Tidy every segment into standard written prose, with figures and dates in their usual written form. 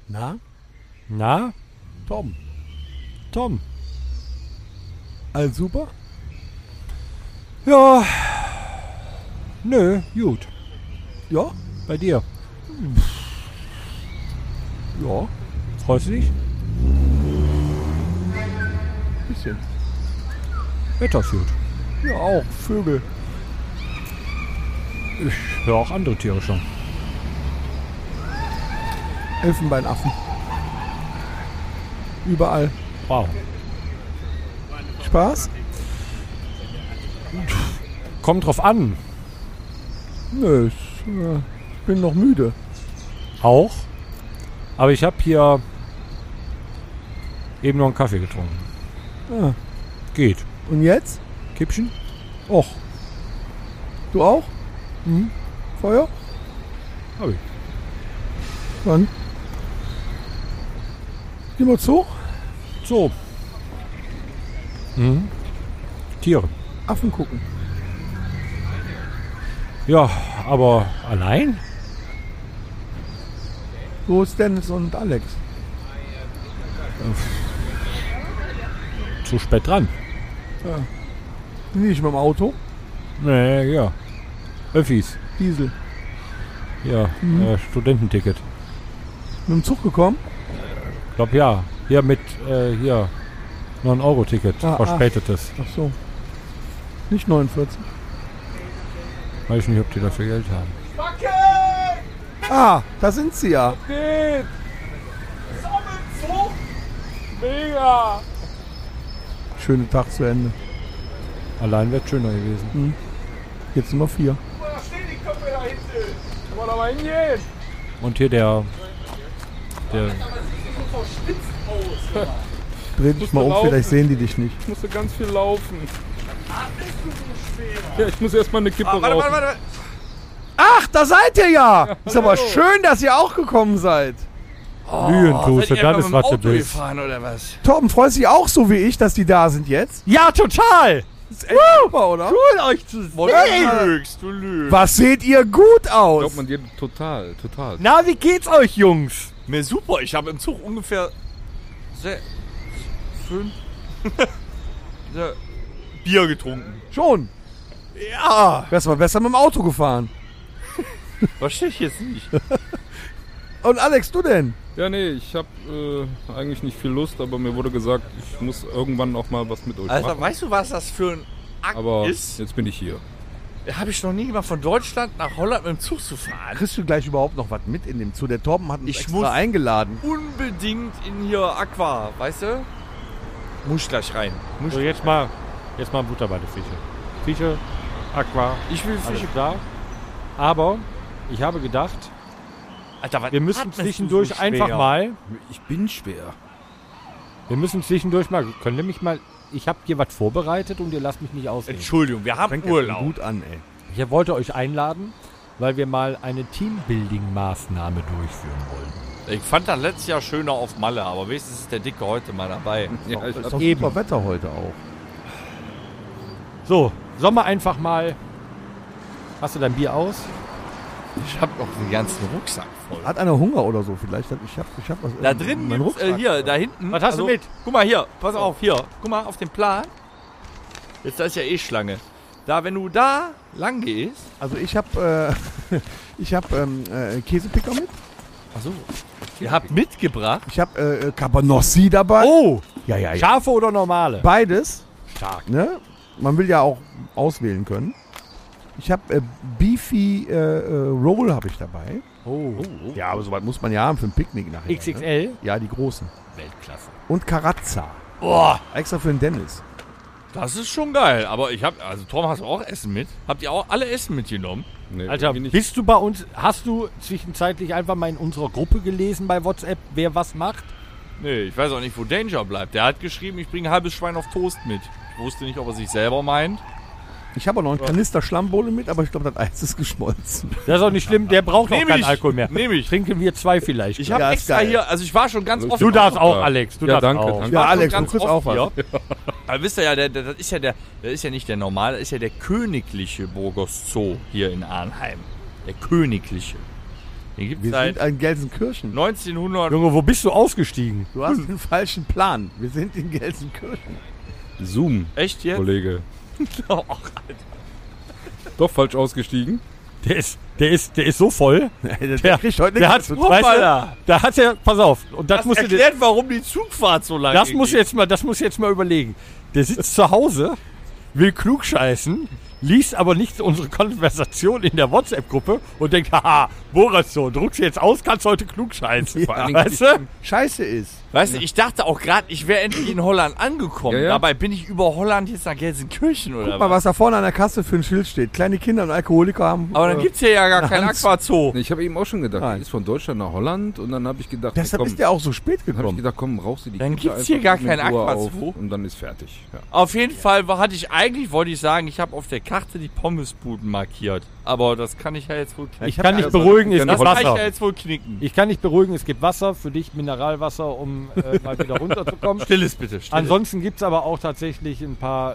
Na? Tom. Alles super? Ja. Nö, gut. Ja? Bei dir. Ja. Freust du dich? Bisschen. Wetter ist gut. Ja, auch. Vögel. Ich höre auch andere Tiere schon. Elfenbeinaffen. Überall. Wow. Spaß? Kommt drauf an. Nö, ich bin noch müde. Auch. Aber ich habe hier eben noch einen Kaffee getrunken. Ah. Geht. Und jetzt? Kippchen? Och. Du auch? Mhm. Feuer? Hab ich. Wann? Gehen wir zu? So. Mhm. Tiere. Affen gucken. Ja, aber allein? Wo ist Dennis und Alex? Zu spät dran. Ja. Sind die nicht mit dem Auto? Nee, ja. Öffis. Diesel. Ja, Studententicket. Mit dem Zug gekommen? Ich glaube ja. Hier mit, hier, 9-Euro-Ticket. Verspätetes. Ach so. Nicht 49. Weiß ich nicht, ob die dafür Geld haben. Ah, da sind sie ja. Geht! Sammelzug! Mega! Schöner Tag zu Ende. Allein wäre schöner gewesen. Jetzt Nummer 4. Da stehen die Köpfe da hinten! Kann man da mal hingehen? Und hier der Aber sie sieht so verschwitzt aus. Dreh dich mal um, laufen. vielleicht sehen die dich nicht. Ich musste ganz viel laufen. Ja, ich muss erstmal eine Kippe rauchen. Warte. Ach, da seid ihr ja! Ist aber schön, dass ihr auch gekommen seid. Lügentuste, das ist was du bist. gefahren oder was? Torben, freust du dich auch so wie ich, dass die da sind jetzt? Ja, total! Das ist echt super, oder? Cool, euch zu sehen. Du lügst. Was seht ihr gut aus? Glaubt man dir total. Na, wie geht's euch, Jungs? Mir super, ich habe im Zug ungefähr 5 Bier getrunken. Schon. Ja. Wärst mal besser mit dem Auto gefahren. Verstehe ich jetzt nicht. Und Alex, du denn? Ja, nee, ich habe eigentlich nicht viel Lust, aber mir wurde gesagt, ich muss irgendwann auch mal was mit euch Alter, machen. weißt du, was das für ein Akt Aber ist? jetzt bin ich hier. Habe ich noch nie gemacht, von Deutschland nach Holland mit dem Zug zu fahren. Kriegst du gleich überhaupt noch was mit in dem Zug? Der Torben hat uns Ich extra muss- eingeladen. Unbedingt in hier Aqua, weißt du? Muss ich gleich rein. So, jetzt mal Butter bei den Fische. Fische, Aqua, Ich will alles Fische. klar. Aber ich habe gedacht, Alter, was wir müssen atmest du zwischendurch so schwer? einfach mal, Ich bin schwer. können wir mich mal, ich habe hier was vorbereitet und ihr lasst mich nicht ausreden. Entschuldigung, wir haben Fängt jetzt Urlaub. gut an, ey. Ich wollte euch einladen, weil wir mal eine Teambuilding-Maßnahme durchführen wollen. Ich fand das letztes Jahr schöner auf Malle, aber wenigstens ist der Dicke heute mal dabei. Ja, ich Ist doch Eben. super Wetter heute auch. So, sollen wir einfach mal, hast du dein Bier aus? Ich hab noch den ganzen Rucksack voll. Hat einer Hunger oder so vielleicht? Ich hab was. Da drin mein gibt's, Rucksack. hier, da hinten. Was hast du mit? Guck mal hier, pass auf, hier. Guck mal auf den Plan. Jetzt, da ist ja eh Schlange. Da, wenn du da lang gehst. Also ich hab Käsepicker mit. Achso. Ihr habt mitgebracht. Ich hab Cabanossi dabei. Oh, Ja. scharfe oder normale? Beides. Stark. Ne? Man will ja auch auswählen können. Ich habe Beefy Roll habe ich dabei. Oh, Ja, aber sowas muss man ja haben für ein Picknick nachher. Ne? XXL? Ja, die großen. Weltklasse. Und Carazza. Boah, Extra für den Dennis. das ist schon geil. Aber ich hab, also Tom, hast du auch Essen mit? Habt ihr auch alle Essen mitgenommen? Nee, Alter, irgendwie nicht. bist du bei uns, hast du zwischenzeitlich einfach mal in unserer Gruppe gelesen bei WhatsApp, wer was macht? Nee, ich weiß auch nicht, wo Danger bleibt. Der hat geschrieben, ich bringe ein halbes Schwein auf Toast mit. Ich wusste nicht, ob er sich selber meint. Ich habe auch noch einen Kanister Schlammbohle mit, aber ich glaube, das Eis ist geschmolzen. Das ist auch nicht schlimm, der braucht auch Nehm keinen ich. Alkohol mehr. Nehm ich. Trinken wir 2 vielleicht. Ich habe Ja, ist extra geil. hier, also ich war schon ganz offen. Du darfst auch, Ja. Alex. Du Ja, darfst danke, auch. danke. Ja, war schon Alex, du ganz kriegst oft auch was. hier. Aber wisst ihr ja, das ist ja nicht der normale, das ist ja der königliche Burgos Zoo hier in Arnheim. Der königliche. Den gibt es Wir seit sind in Gelsenkirchen. 1900. Junge, wo bist du ausgestiegen? Du hast den falschen Plan. Wir sind in Gelsenkirchen. Zoom, Echt jetzt? Kollege. Oh, Alter. Doch falsch ausgestiegen. Der ist so voll. Der kriegt heute Der hat, nichts zu weißt du, Hoppala. da hat er, pass auf, und das Das musst du dir, erklärt, warum die Zugfahrt so lange das muss jetzt mal überlegen. Der sitzt zu Hause, will klugscheißen, liest aber nicht unsere Konversation in der WhatsApp-Gruppe und denkt, haha, Boris, so, druckst du jetzt aus, kannst heute klugscheißen. Ja. Vor allen Dingen Weißt du? Scheiße ist. Weißt du, ich dachte auch gerade, ich wäre endlich in Holland angekommen. Ja, ja. Dabei bin ich über Holland jetzt nach Gelsenkirchen oder Guck mal, was da vorne an der Kasse für ein Schild steht. Kleine Kinder und Alkoholiker haben. Aber dann gibt's hier ja gar kein Hans. Aquazoo. Ich habe eben auch schon gedacht, Nein. die ist von Deutschland nach Holland und dann habe ich gedacht, Deshalb komm, ist der auch so spät dann habe ich gekommen. gedacht, komm, rauchst du die Dann Kippe gibt's hier einfach gar mit kein Ruhe Aquazoo. auf und dann ist fertig. Ja. Auf jeden Fall wollte ich sagen, ich habe auf der Karte die Pommesbuden markiert. Aber das kann ich ja jetzt wohl knicken. Ich kann dich beruhigen, es Das gibt Das kann ich ja Wasser. jetzt wohl knicken. Ich kann dich beruhigen, es gibt Wasser, für dich Mineralwasser, um mal wieder runterzukommen. Stilles bitte, stilles. Ansonsten gibt es aber auch tatsächlich ein paar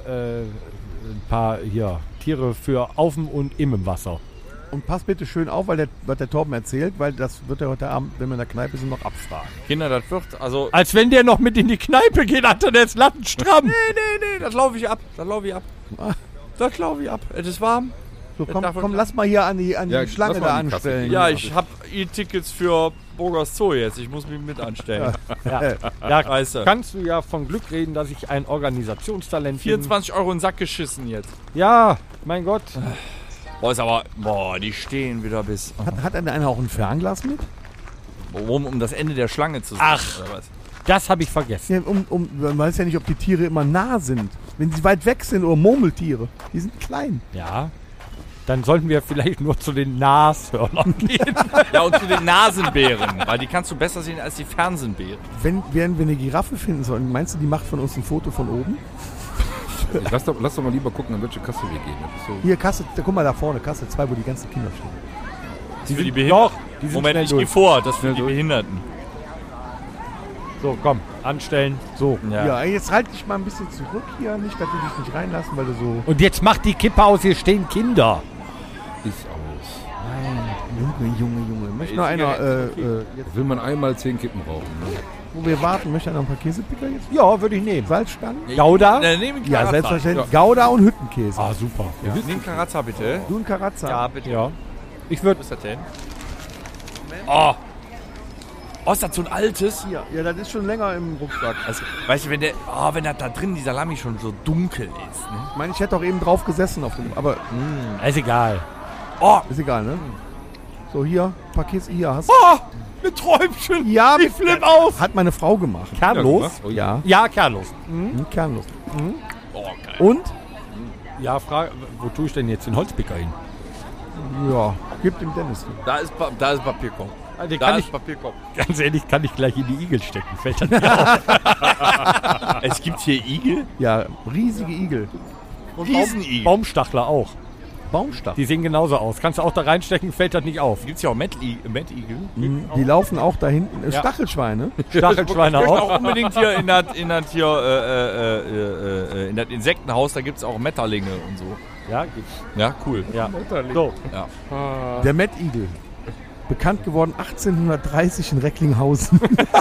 hier, Tiere für auf dem und im Wasser. Und pass bitte schön auf, weil was der Torben erzählt, weil das wird er heute Abend, wenn wir in der Kneipe sind, noch abfragen. Kinder, das wird, also... Als wenn der noch mit in die Kneipe geht, hat er jetzt Lattenstramm. Nee, das laufe ich ab. Das laufe ich ab. Es ist warm. So, Davon- komm, lass mal hier an die Ja, Schlange lass mal da an die Kasse anstellen. gehen. Ja, ich habe E-Tickets für Burgers Zoo jetzt. Ich muss mich mit anstellen. Ja, da Weißt du. kannst du ja von Glück reden, dass ich ein Organisationstalent 24 Euro in den Sack geschissen jetzt. bin. Ja, mein Gott. Boah, ist aber... Boah, die stehen wieder bis... Hat denn einer auch ein Fernglas mit? Um das Ende der Schlange zu sehen. Ach. Oder was? Das habe ich vergessen. Ja, man weiß ja nicht, ob die Tiere immer nah sind. Wenn sie weit weg sind oder Murmeltiere. Die sind klein. Ja. Dann sollten wir vielleicht nur zu den Nashörnern gehen. Ja, und zu den Nasenbären. Weil die kannst du besser sehen als die Fernsehbären. Wenn wir eine Giraffe finden sollen, meinst du, die macht von uns ein Foto von oben? Lass doch mal lieber gucken, an welche Kasse wir gehen. Das ist so, Hier, Kasse, guck mal da vorne, Kasse 2, wo die ganzen Kinder stehen. Die für die Doch, Behinderten. die sind Moment, schnell ich gehe durch. vor. Das für die Behinderten. So, komm, anstellen. So. Ja, jetzt halt dich mal ein bisschen zurück hier, nicht, dass die dich nicht reinlassen, weil du so... Und jetzt macht die Kippe aus, hier stehen Kinder. ist aus. Junge. Möchte noch einer, jetzt, Will man einmal 10 Kippen rauchen. Ne? wo wir warten, möchte einer noch ein paar Käsepicker jetzt? Ja, würde ich nehmen. Salzstangen? Gouda? Nehmen Ja, selbstverständlich. Gouda und Hüttenkäse. Ah, super. Ja. Nimm Karazza bitte. Du ein Karazza? Ja, bitte. Ja. Ich würde... Was ist das denn? Oh. Oh, ist das so ein altes? Ja, das ist schon länger im Rucksack. Also, weißt du, wenn das da drin, die Salami schon so dunkel ist, ne? Ich meine, ich hätte auch eben drauf gesessen auf dem... Aber Ist egal. Oh, ist egal, ne? So, hier, ein paar Käse, hier hast du. oh, mit Träumchen. Ja, Ich flipp aus. Hat meine Frau gemacht. Kernlos? Oh, Ja, Ja, kernlos. kernlos. Oh, geil. Und? Ja, wo tue ich denn jetzt den Holzpicker hin? Ja, gib dem Dennis. Da ist Papierkorb. Den Da kann ist ich, Papierkorb. ganz ehrlich, kann ich gleich in die Igel stecken. Fällt das nicht auf. Es gibt hier Igel. Ja, riesige Igel. Riesenigel. Baumstachler auch. Baumstachel. Die sehen genauso aus. Kannst du auch da reinstecken, fällt das nicht auf. Gibt's ja auch Mettigel. Die laufen auch da hinten. Ja. Stachelschweine. Stachelschweine Ich möchte auch. auch unbedingt hier in das Insektenhaus, da gibt's auch Metterlinge und so. Ja, gibt's. Ja, cool. Ja. So. Der Mettigel. Bekannt geworden 1830 in Recklinghausen.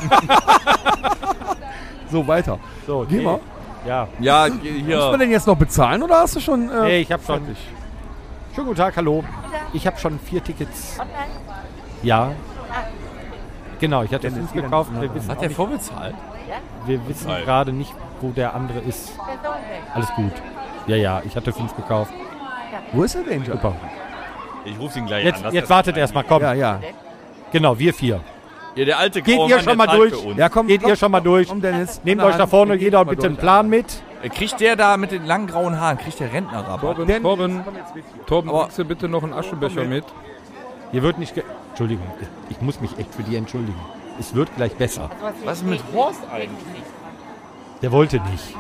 So, weiter. So, Geh mal. Ja. Ja, Muss man hier. denn jetzt noch bezahlen oder hast du schon... Nee, ich hab schon. fertig? Schönen guten Tag, hallo. Ich habe schon 4 Tickets. Ja. Genau, ich hatte Dennis, 5 geh dann. gekauft. Wir wissen, Hat der vorbezahlt? Nein. gerade nicht, wo der andere ist. Alles gut. Ja, ich hatte 5 gekauft. Wo ist der Danger? Super. Ich rufe ihn gleich Jetzt wartet erstmal, komm. Ja. Genau, wir 4. Ja, der alte Geht graue ihr Mann, schon der mal zahlt durch? für uns. Ja, komm. Geht ihr schon mal durch? Komm, Dennis. Nehmt An der euch da Hand. vorne Wir jeder gehen mal bitte einen durch. Plan mit. Kriegt der da mit den langen grauen Haaren, kriegt der Rentnerrabatt? Torben, Aber- kriegst du bitte noch einen Aschenbecher mit? Hier wird nicht... Entschuldigung, ich muss mich echt für die entschuldigen. Es wird gleich besser. Was ist mit Horst eigentlich? Der wollte nicht.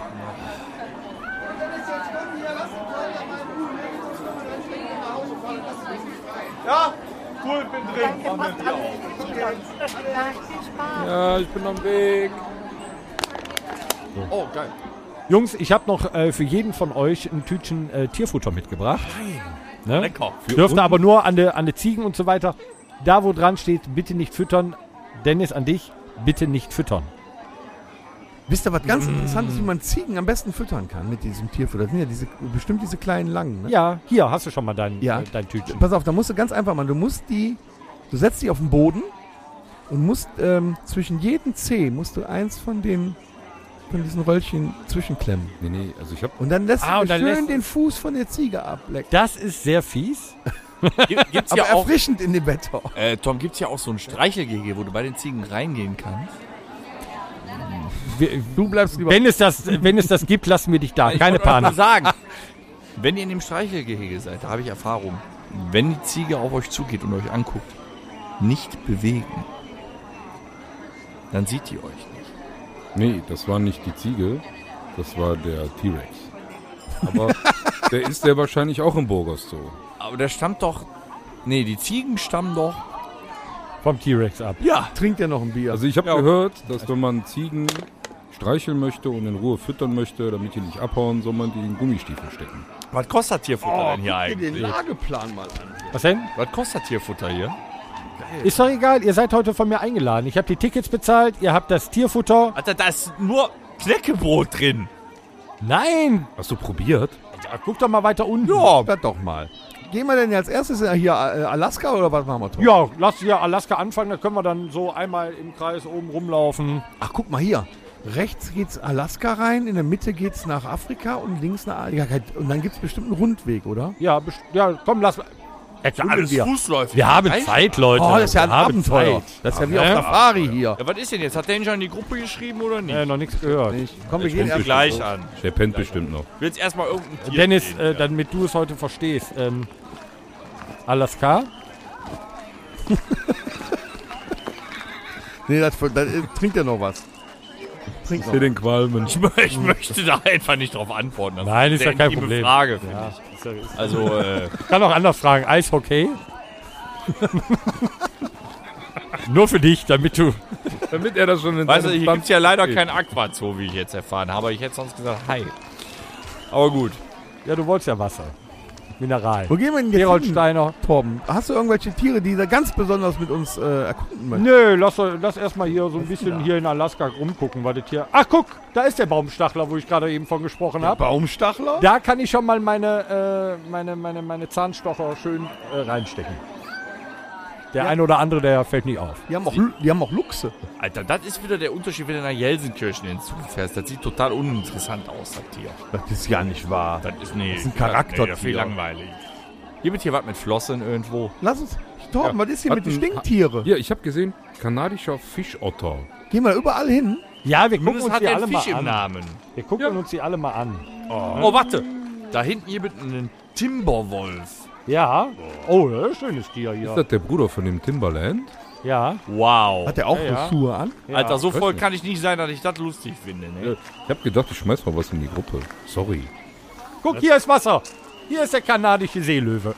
Ja, ich bin am Weg. Oh, geil. Jungs, ich habe noch für jeden von euch ein Tütchen Tierfutter mitgebracht. Ne? Lecker. Dürfte aber nur an die Ziegen und so weiter. da wo dran steht, bitte nicht füttern. Dennis, an dich, bitte nicht füttern. Wisst ihr, was ganz interessant ist, wie man Ziegen am besten füttern kann mit diesem Tierfutter? Das sind ja bestimmt diese kleinen Langen, ne? Ja, hier hast du schon mal dein Tütchen. Pass auf, da musst du ganz einfach machen. Du setzt die auf den Boden und musst zwischen jedem Zeh musst du eins von diesen Röllchen zwischenklemmen. Nee, also ich habe... Und dann lässt du schön lässt den Fuß von der Ziege ablecken. Das ist sehr fies. Gibt's Aber ja auch, erfrischend in dem Wetter. Tom, gibt's ja auch so ein Streichelgehege, wo du bei den Ziegen reingehen kannst. Du bleibst lieber... Wenn es das gibt, lassen wir dich da. Keine Ich wollte euch mal Panik. sagen, wenn ihr in dem Streichelgehege seid, da habe ich Erfahrung. Wenn die Ziege auf euch zugeht und euch anguckt, nicht bewegen. Dann sieht die euch nicht. Nee, das war nicht die Ziege, das war der T-Rex. Aber der ist ja wahrscheinlich auch im Burgos Zoo. Aber der stammt doch... Nee, die Ziegen stammen doch... Vom T-Rex ab. Ja. Trinkt ja noch ein Bier. Also ich habe gehört, dass wenn man Ziegen streicheln möchte und in Ruhe füttern möchte, damit die nicht abhauen, soll man die in Gummistiefel stecken. Was kostet Tierfutter denn hier Guck dir den eigentlich? Lageplan mal an. Was denn? Was kostet Tierfutter hier? Ist doch egal, ihr seid heute von mir eingeladen. Ich habe die Tickets bezahlt, ihr habt das Tierfutter. Alter, da ist nur Knäckebrot drin. Nein! Hast du probiert? Ja, guck doch mal weiter unten. Ja, das doch mal. Gehen wir denn als erstes hier Alaska oder was machen wir, Tom? Ja, lass hier Alaska anfangen, da können wir dann so einmal im Kreis oben rumlaufen. Ach, guck mal hier. Rechts geht's Alaska rein, in der Mitte geht's nach Afrika und links nach... Ja, und dann gibt's bestimmt einen Rundweg, oder? Ja, komm, lass... Alles wir. Fußläufig. Wir haben Zeit, Leute. Oh, das ist ja ein Wir haben Abenteuer. Zeit. Das ist ja wie auf Safari hier. Ja, was ist denn jetzt? Hat der ihn schon in die Gruppe geschrieben oder nicht? Noch nichts gehört. Komm, wir Ich gehen bin erst Gleich an. Der pennt bestimmt noch. Ich will jetzt erstmal irgendein Tier Dennis, sehen. damit du es heute verstehst. Alaska? Nee, das trinkt ja noch was. Trink noch. Für den Qualmen. Ich möchte da einfach nicht drauf antworten. Das Nein, ist ja eine kein intime Problem. Frage, finde Ja, ich. Also, ich kann auch anders fragen. Eishockey? Nur für dich, damit du... Damit er das schon in weißt du, seinem hier gibt es ja Stand leider steht. kein Aquazoo, wie ich jetzt erfahren habe. Ich hätte sonst gesagt, hi. Aber gut. Ja, du wolltest ja Wasser. Mineral. Wo gehen wir denn jetzt hin, Gerolsteiner. Torben? Hast du irgendwelche Tiere, die da ganz besonders mit uns erkunden möchten? Nö, lass erstmal hier so ein bisschen hier in Alaska rumgucken, weil das hier... Ach, guck, da ist der Baumstachler, wo ich gerade eben von gesprochen habe. Baumstachler? Da kann ich schon mal meine Zahnstocher schön reinstecken. Der ein oder andere, der fällt nicht auf. Die haben auch Luchse. Alter, das ist wieder der Unterschied, wenn du nach Gelsenkirchen in Zug fährst. Das sieht total uninteressant aus, das Tier. Das ist ja nicht wahr. Das ist, nee, Das ist ein Charaktertier. Nee, das ist viel langweilig. Gibt hier was mit Flossen irgendwo? Lass uns... Torben, was ist hier mit den Hatten- Stinktiere? Hier, ich habe gesehen, kanadischer Fischotter. Gehen wir überall hin? Ja, wir gucken Zumindest uns hat die er alle einen mal Fisch im an. Namen. Wir gucken uns die alle mal an. Oh, warte. Da hinten hier mit einem Timberwolf. Ja. Oh, das ist ein schönes Tier Ist hier. das der Bruder von dem Timberland? Ja. Wow. Hat der auch Ja, ja. Schuhe an? Ja. Alter, so voll nicht. kann ich nicht sein, dass ich das lustig finde. Ne? Ich habe gedacht, ich schmeiß mal was in die Gruppe. Sorry. Guck, hier ist Wasser. Hier ist der kanadische Seelöwe.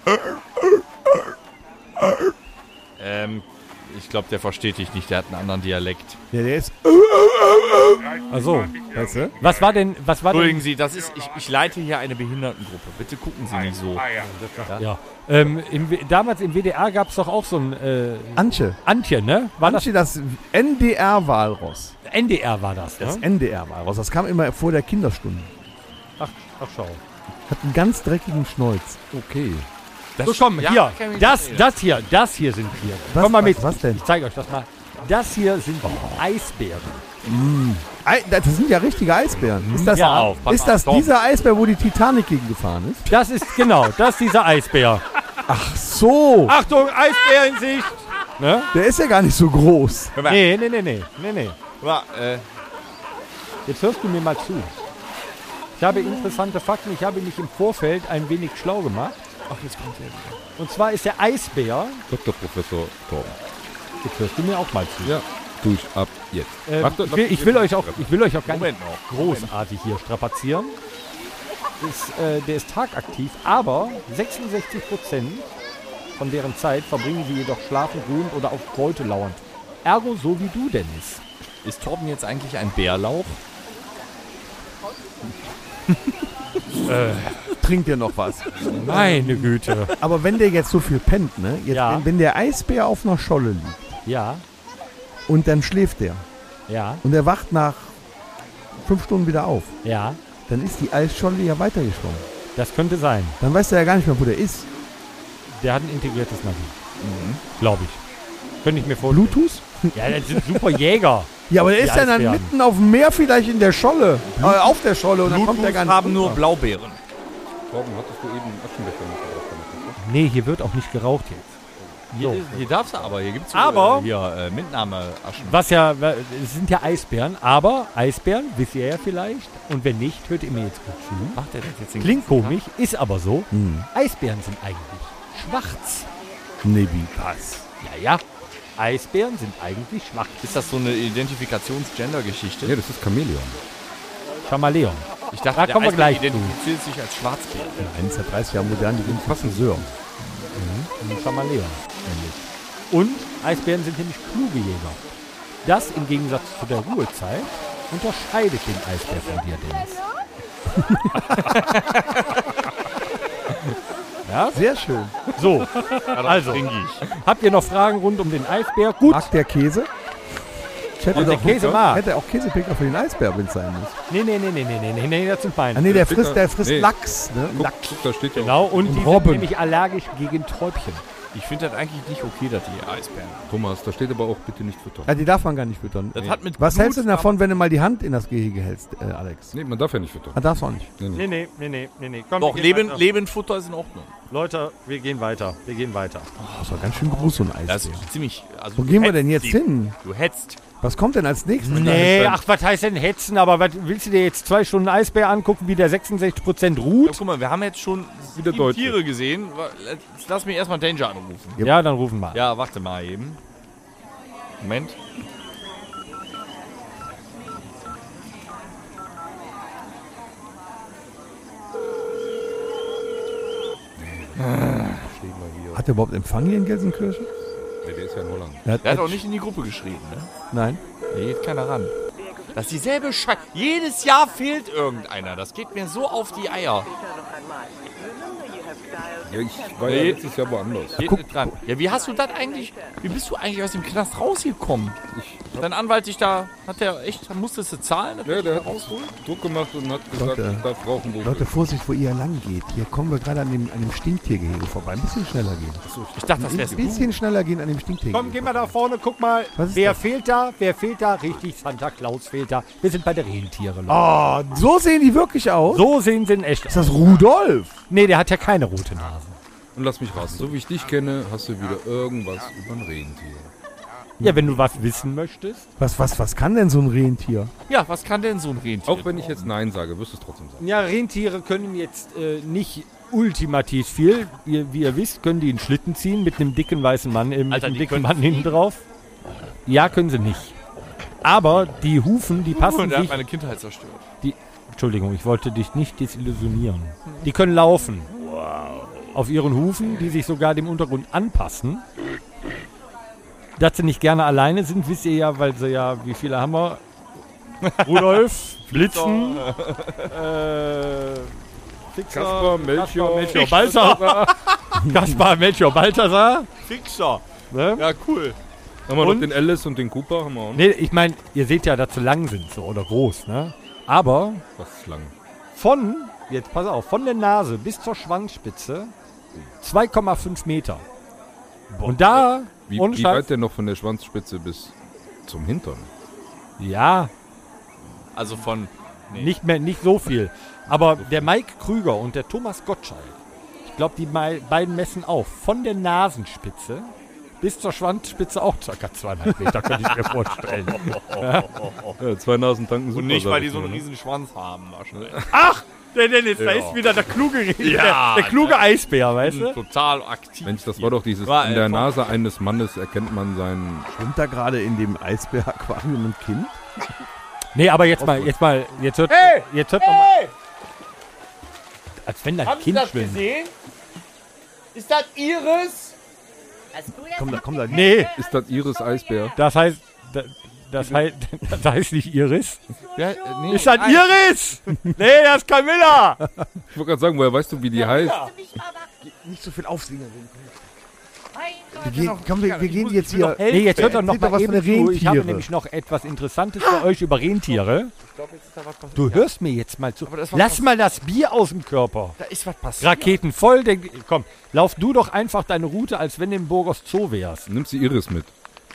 Ich glaube, der versteht dich nicht. Der hat einen anderen Dialekt. Ja, der ist... Also, Weißt du? was war denn... Entschuldigen Sie, das ist, ich leite hier eine Behindertengruppe. Bitte gucken Sie nicht so. Ja. Damals im WDR gab es doch auch so ein Antje. Antje, ne? War Antje, das NDR-Walross. das NDR war das, Das ne? NDR-Walross. Das kam immer vor der Kinderstunde. Ach schau. Hat einen ganz dreckigen Schnäuz. Okay. So komm, ja, hier. kann ich Das hier sind wir. Was, Komm mal mit. Was denn? Ich zeige euch das mal. Das hier sind Eisbären. Das sind ja richtige Eisbären. Ist das, Ja, auf, pass ist das auf, dieser Eisbär, wo die Titanic gegen gefahren ist? Das ist dieser Eisbär. Ach so. Achtung, Eisbär in Sicht. Ne? Der ist ja gar nicht so groß. Nee. Aber, Jetzt hörst du mir mal zu. Ich habe interessante Fakten. Ich habe mich im Vorfeld ein wenig schlau gemacht. ach, jetzt kommt der wieder. Und zwar ist der Eisbär... Dr. Professor Torben. Jetzt hörst du mir auch mal zu. Ja. Durch ab jetzt. Ich will euch auch gar Moment nicht noch. großartig hier strapazieren. Der ist tagaktiv, aber 66% von deren Zeit verbringen sie jedoch schlafend, ruhend oder auf Beute lauernd. Ergo so wie du, Dennis. Ist Torben jetzt eigentlich ein Bärlauch? Trinkt ihr noch was? Meine Güte. Aber wenn der jetzt so viel pennt, ne? Jetzt, Ja. wenn der Eisbär auf einer Scholle liegt Ja, und dann schläft der ja, und er wacht nach 5 Stunden wieder auf, ja. dann ist die Eisscholle ja weitergeschwommen. Das könnte sein. Dann weiß der ja gar nicht mehr, wo der ist. Der hat ein integriertes Navi. Glaube ich. Könnte ich mir vorstellen. Bluetooth? Ja, das sind super Jäger. Ja, aber der Die ist ja dann Eisbären. mitten auf dem Meer vielleicht in der Scholle. Auf der Scholle und dann kommt der gar nicht haben nur runter. Blaubeeren. Torben, hattest du eben einen Aschenbecher mitgebracht? Nee, hier wird auch nicht geraucht jetzt. Hier darfst du aber, hier gibt es Aber- Mitnahmeaschen. Was ja, es sind ja Eisbären, aber Eisbären, wisst ihr ja vielleicht, und wenn nicht, hört ihr mir jetzt gut zu. Macht der das jetzt den Klingt ganzen komisch, ist aber so. Hm. Eisbären sind eigentlich schwarz. Nee, wie was? Ja, ja. Eisbären sind eigentlich schwarz. Tag? Ist das so eine Identifikations-Gender-Geschichte? Ja, das ist Chamäleon. Chameleon. Ich dachte, Da der kommen wir Eisbär gleich zu. identifiziert sich als Schwarzbär. Nein, ist ja 30 Jahre modern, die sind fast ein Sör. Ein Chameleon. Nämlich. Und Eisbären sind nämlich kluge Jäger. Das im Gegensatz zu der Ruhezeit unterscheidet den Eisbär von dir, Dennis. Ja, Sehr schön. so. Also, habt ihr noch Fragen rund um den Eisbär? Gut. Mag der Käse? Ich hätte Und der doch- Käse mag. Hätte auch Käsepicker für den Eisbär, wenn es sein muss. Nee, das sind Beine. Ah, nee, der Picker- frisst nee. Lachs. Ne? Guck, da steht ja Genau, und die sind Robben. nämlich allergisch gegen Täubchen. Ich finde das eigentlich nicht okay, dass die Eisbären. Thomas, da steht aber auch bitte nicht füttern. Ja, die darf man gar nicht füttern. Das hat mit Was Blut hältst du denn davon, wenn du mal die Hand in das Gehege hältst, Alex? Nee, man darf ja nicht füttern. Ah, darfst du auch nicht. Nee. Nee. Komm, Doch, wir gehen weiter. Lebendfutter ist in Ordnung. Leute, wir gehen weiter. Das war ganz schön groß, so ein Das Eisbär. ist ziemlich. Also Wo du gehen wir hetzt denn jetzt die. hin? Du hetzt. Was kommt denn als nächstes? Nee, ach, was heißt denn hetzen? Aber was, willst du dir jetzt 2 Stunden Eisbär angucken, wie der 66% Ja, ruht? guck mal, wir haben jetzt schon Wieder 7 Deutsche. Tiere gesehen. Jetzt lass mich erstmal Danger anrufen. Ja, dann rufen wir. Ja, warte mal eben. Moment. Hat der überhaupt Empfang hier in Gelsenkirchen? Nee, der ist ja in Holland. Der hat auch nicht in die Gruppe geschrieben, ne? Nein. Da geht keiner ran. Das ist dieselbe Scheiße. Jedes Jahr fehlt irgendeiner. Das geht mir so auf die Eier. Ja, ich war ja letztes Jahr woanders. Geht nicht dran. Ja, wie hast du das eigentlich? Wie bist du eigentlich aus dem Knast rausgekommen? Dein Anwalt dich da, hat der echt, musstest du zahlen? Ja, der hat Druck gemacht und hat gesagt, Leute. ich darf rauchen, wo ich Leute, will. Vorsicht, wo ihr lang geht. Hier kommen wir gerade an dem Stinktiergehege vorbei. Ein bisschen schneller gehen. Ich dachte, das wär's Ein du. bisschen schneller gehen an dem Stinktiergehege. Komm, geh mal da vorne, guck mal. Was ist Wer das? fehlt da? Wer fehlt da? Richtig, Santa Claus fehlt da. Wir sind bei der Rentiere, Leute. Oh, so sehen die wirklich aus? So sehen sie in echt Ist aus. das Rudolf? Nee, der hat ja keine rote Nase. Und lass mich raten, so wie ich dich kenne, hast du wieder irgendwas über ein Rentier. Ja, wenn du was wissen möchtest. Was kann denn so ein Rentier? Ja, was kann denn so ein Rentier? Auch wenn ich jetzt Nein sage, wirst du es trotzdem sagen. Ja, Rentiere können jetzt nicht ultimativ viel. Wie ihr wisst, können die einen Schlitten ziehen mit einem dicken weißen Mann, mit Alter, einem die dicken können Mann hinten drauf. Ja, können sie nicht. Aber die Hufen, die passen Der hat sich... meine Kindheit zerstört. Entschuldigung, ich wollte dich nicht desillusionieren. Die können laufen. Auf ihren Hufen, die sich sogar dem Untergrund anpassen. Dass sie nicht gerne alleine sind, wisst ihr ja, weil sie ja, wie viele haben wir? Rudolf, Blitzen, Fixer, Kaspar, Melchior, Melchior Balthasar. Kaspar, Melchior, Balthasar. Fixer. Ne? Ja, cool. Haben wir Und? noch den Alice und den Cooper? Haben wir auch noch. Nee, ich meine, ihr seht ja, dass sie lang sind so, oder groß. Ne? Aber Was ist lang? von, jetzt pass auf, von der Nase bis zur Schwanzspitze 2,5 Meter. Und da, Wie ohne weit Scheiß, denn noch von der Schwanzspitze bis zum Hintern? ja, Also von. Nee. nicht so viel. Aber der Mike Krüger und der Thomas Gottschalk, ich glaube, die beiden messen auf. Von der Nasenspitze bis zur Schwanzspitze auch ca. 2,5 Meter, könnte ich mir vorstellen. Ja, 2 Nasen tanken super. Und nicht, sag weil ich die so einen nur, ne? riesen Schwanz haben. Wahrscheinlich. Der Dennis, da Ja. ist wieder der kluge, Ja, der kluge Eisbär, weißt du? Total aktiv. Mensch, das war doch dieses, War, in der von- Nase eines Mannes erkennt man seinen... Schwimmt da gerade in dem Eisbär-Aquarium ein Kind? Nee, aber jetzt hört mal. Jetzt hört mal. Als wenn da ein Kind schwimmt. gesehen? Ist das Iris? Komm da. Nee, Ist das Iris Eisbär? das heißt, Das heißt nicht Iris. Ja, nee, Ist das Iris? Nee, das ist Camilla. Ich wollte gerade sagen, woher weißt du, wie die heißt? Nicht so viel aufsingen. Wir gehen jetzt hier. Nee, jetzt hört doch noch Erzähl mal doch was eben von zu. Ich habe Rentiere. nämlich noch etwas Interessantes für euch über Rentiere. Du hörst mir jetzt mal zu. Aber das war Lass mal das Bier aus dem Körper. Da ist was passiert. Raketen voll. Komm, lauf du doch einfach deine Route, als wenn du im Burgos Zoo wärst. Nimm sie Iris mit.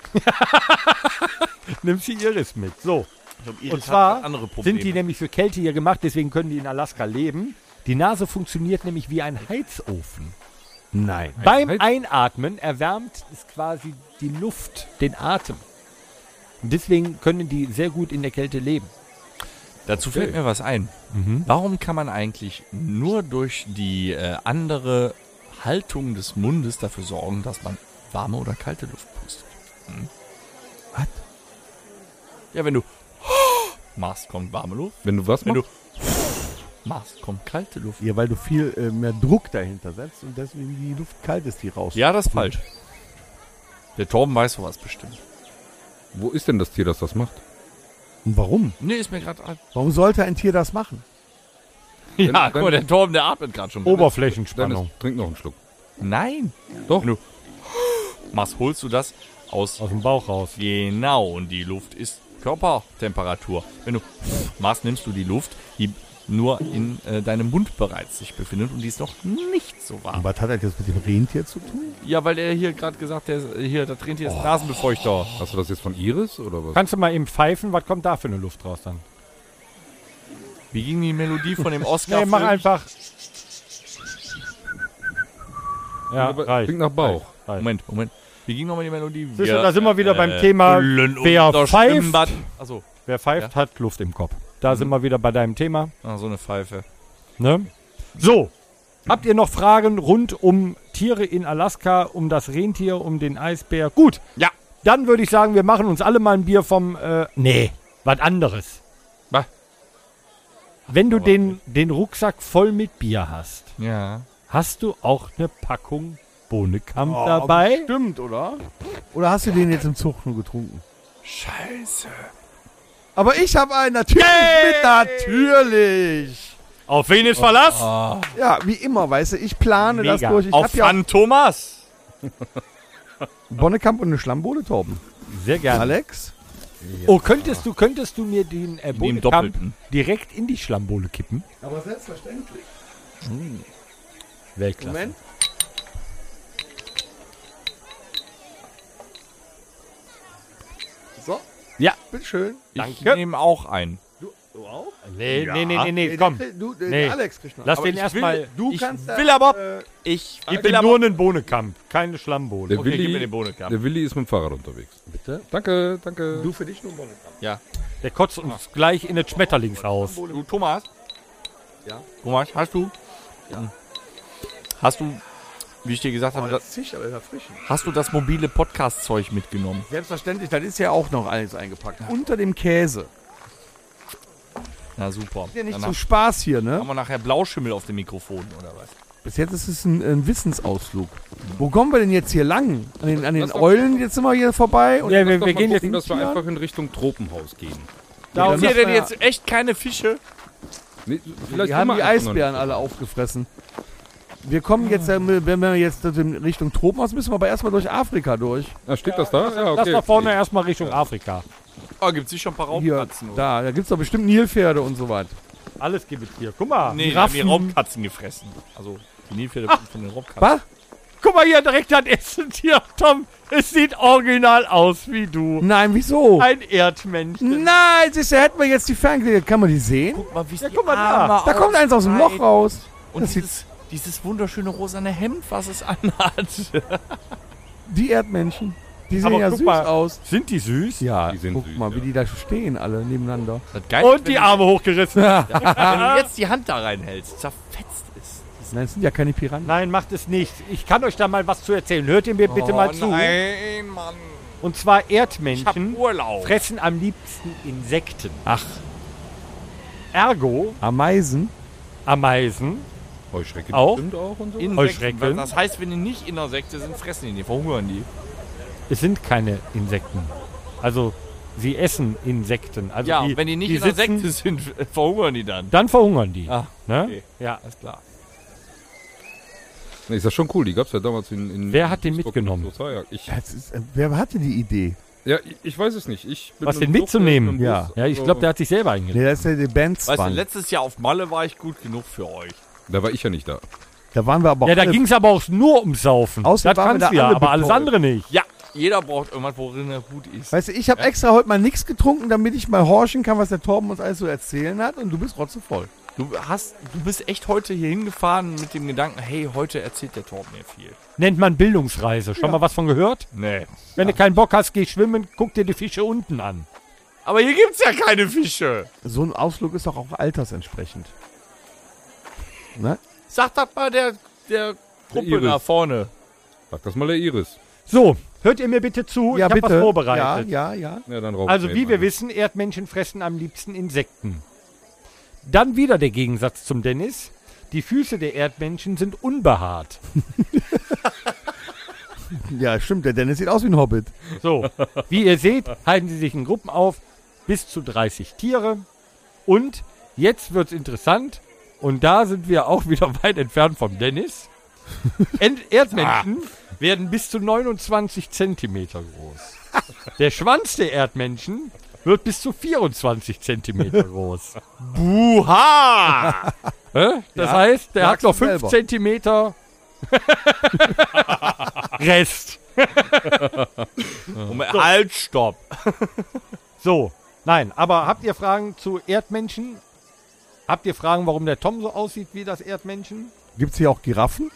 Nimm sie Iris mit. So. Iris Und zwar hat andere Probleme. sind die nämlich für Kälte hier gemacht, deswegen können die in Alaska leben. Die Nase funktioniert nämlich wie ein Heizofen. Nein. Beim Einatmen erwärmt es quasi die Luft, den Atem. Und deswegen können die sehr gut in der Kälte leben. Dazu fällt mir was ein. Warum kann man eigentlich nur durch die andere Haltung des Mundes dafür sorgen, dass man warme oder kalte Luft pustet? Was? Ja, wenn du machst, kommt warme Luft. Wenn du was Wenn machst? du machst, kommt kalte Luft. Ja, weil du viel mehr Druck dahinter setzt und deswegen die Luft kalt ist, die raus. Ja, das ist falsch. Der Torben weiß sowas bestimmt. Wo ist denn das Tier, das macht? Und warum? Nee, ist mir gerade... Warum sollte ein Tier das machen? Ja, guck mal, der Torben, der atmet gerade schon. Oberflächenspannung. Dennis, trink noch einen Schluck. Nein. Doch. Wenn du machst, holst du das aus... Aus dem Bauch raus. Genau, und die Luft ist Körpertemperatur. Wenn du machst, nimmst du die Luft, die nur in deinem Mund bereits sich befindet und die ist noch nicht so warm. Und was hat das jetzt mit dem Rentier zu tun? Ja, weil er hier gerade gesagt hat, das Rentier ist ein Nasenbefeuchter. Hast du das jetzt von Iris oder was? Kannst du mal eben pfeifen? Was kommt da für eine Luft raus dann? Wie ging die Melodie von dem Oscar? Nee, mach einfach. Ja, Aber reicht. klingt nach Bauch. Reicht. Moment. Wie ging nochmal die Melodie? Siehst du, da sind wir wieder beim Thema, wer pfeift, Achso, wer pfeift, hat Luft im Kopf. Da sind wir wieder bei deinem Thema. so eine Pfeife. Ne? So, habt ihr noch Fragen rund um Tiere in Alaska, um das Rentier, um den Eisbär? Gut, Ja. dann würde ich sagen, wir machen uns alle mal ein Bier vom, nee, was anderes. Was? Wenn du den Rucksack voll mit Bier hast, Ja. hast du auch eine Packung Bohnekamp dabei? Stimmt, oder? Oder hast du den jetzt im Zug nur getrunken? Scheiße. Aber ich habe einen, natürlich mit, natürlich. Auf wen ist Verlass? Ja, wie immer, weißt du, ich plane das Mega. durch. Ich Auf habe ja Phantomas. Bonnekamp und eine Schlammbohle, Torben. Sehr gerne. Alex? Oh, könntest du mir den dem Bohnekamp Doppelten. direkt in die Schlammbohle kippen? Aber selbstverständlich. Weltklasse. Moment. So, Ja. bitteschön. Ich Danke. nehme auch ein. Du auch? Nee, komm. Du, Nee. Alex kriegt noch. Lass Aber den ich erstmal. Du ich kannst will aber... Äh, Ich Ich will bin nur einen Bohnekamp, keine Schlammbohle. Der, Okay, gib mir Willi, den Bohnekamp. der Willi ist mit dem Fahrrad unterwegs. bitte? Danke, danke. Du für dich nur Bonnekamp. Ja. Der kotzt uns gleich in das Schmetterlingshaus. Du, Thomas? Ja? Thomas, hast du? Ja. Hast du, wie ich dir gesagt habe, Das ist Zicht, aber erfrischend. hast du das mobile Podcast-Zeug mitgenommen? Selbstverständlich, das ist ja auch noch alles eingepackt. Unter dem Käse. Na super. Ist ja nicht Dann zum Spaß hier, ne? haben wir nachher Blauschimmel auf dem Mikrofon, oder was? Bis jetzt ist es ein Wissensausflug. Wo kommen wir denn jetzt hier lang? An den Eulen, jetzt sind wir hier vorbei. Und Ja, Lass wir doch mal gehen jetzt gucken, dass wir Tieren. einfach in Richtung Tropenhaus gehen. Da Ja, und das- Habt ihr denn ja- jetzt echt keine Fische? Nee, vielleicht die haben wir die einfach noch Eisbären nicht. alle aufgefressen. Wir kommen jetzt, wenn wir jetzt in Richtung Tropenhaus, müssen wir aber erstmal durch Afrika durch. Ah, steht das da? Ja, lass okay. da vorne erstmal Richtung Afrika. Oh, gibt es sicher ein paar Hier, Raubkatzen? oder? da gibt es doch bestimmt Nilpferde und so was. Alles gibt es hier. Guck mal. Nee, die haben die Giraffen. Raubkatzen gefressen. Also, die Nilpferde von den Raubkatzen. Was? Guck mal hier direkt das Essen hier, Tom. Es sieht original aus wie du. Nein, wieso? Ein Erdmännchen. Nein, siehst du, hätten wir jetzt die Ferngläser. Kann man die sehen? Guck mal, wie Ja, guck mal da. Da kommt eins aus dem Loch raus. Und Das sieht dieses wunderschöne rosane Hemd, was es anhat. die Erdmännchen. Die sehen Aber ja guck süß mal. aus. Sind die süß? Ja, Die sind guck süß, mal, ja. wie die da stehen, alle nebeneinander. Das Geile ist, Und die Arme hochgerissen. wenn du jetzt die Hand da reinhältst, zerfetzt ist. Nein, das sind ja keine Piranha. Nein, macht es nicht. Ich kann euch da mal was zu erzählen. Hört ihr mir bitte mal zu. Nein, Mann. Und zwar Ich hab Erdmännchen Urlaub. fressen am liebsten Insekten. Ach, Ergo, Ameisen. Ameisen, Heuschrecken Auch? bestimmt auch und so. Insekten. Heuschrecken. Das heißt, wenn die nicht in der Sekte sind, fressen die, verhungern die. es sind keine Insekten. Also sie essen Insekten. Also Ja, wenn die nicht in der Sekte sind, verhungern die dann. Dann verhungern die. Ah, ne? okay. Ja. Alles klar. Nee, ist das schon cool. Die gab es ja damals in Wer hat den Duisburg mitgenommen? und so. Ja, Wer hatte die Idee? ich weiß es nicht. Ich bin Was, mit den dem Zug mitzunehmen? mit dem Bus, Ja, ich glaube, der hat sich selber eingeladen. Nee, das ist ja die Weißt du, Bandzwang. letztes Jahr auf Malle war ich gut genug für euch. Da war ich ja nicht da. Da waren wir aber auch Ja, da alle- ging es aber auch nur ums Saufen. Außerdem das waren wir kannst da du ja, alle aber alles betäubt. andere nicht. Ja, jeder braucht irgendwas, worin er gut ist. Weißt du, ich habe extra heute mal nichts getrunken, damit ich mal horchen kann, was der Torben uns alles so erzählen hat, und du bist rotzevoll. Du bist echt heute hier hingefahren mit dem Gedanken, hey, heute erzählt der Torben mir viel. Nennt man Bildungsreise. Schon mal was von gehört? Nee. Wenn du keinen Bock hast, geh schwimmen, guck dir die Fische unten an. Aber hier gibt's ja keine Fische. So ein Ausflug ist doch auch altersentsprechend. Ne? Sag das mal der Gruppe Iris. da vorne. Sag das mal der Iris. So, hört ihr mir bitte zu? Ja, ich habe bitte. was vorbereitet. Ja. Ja, dann rauchen Also wir wie eben wir eine. wissen, Erdmännchen fressen am liebsten Insekten. Dann wieder der Gegensatz zum Dennis. Die Füße der Erdmännchen sind unbehaart. Ja, stimmt. Der Dennis sieht aus wie ein Hobbit. So, wie ihr seht, halten sie sich in Gruppen auf, bis zu 30 Tiere. Und jetzt wird's interessant. Und da sind wir auch wieder weit entfernt vom Dennis. Erdmännchen werden bis zu 29 Zentimeter groß. Der Schwanz der Erdmännchen wird bis zu 24 Zentimeter groß. Buha! Das heißt, der hat sagst noch du 5 selber. Zentimeter Rest. Moment, halt, stopp. So, nein, aber habt ihr Fragen zu Erdmännchen? Habt ihr Fragen, warum der Tom so aussieht wie das Erdmännchen? Gibt's hier auch Giraffen?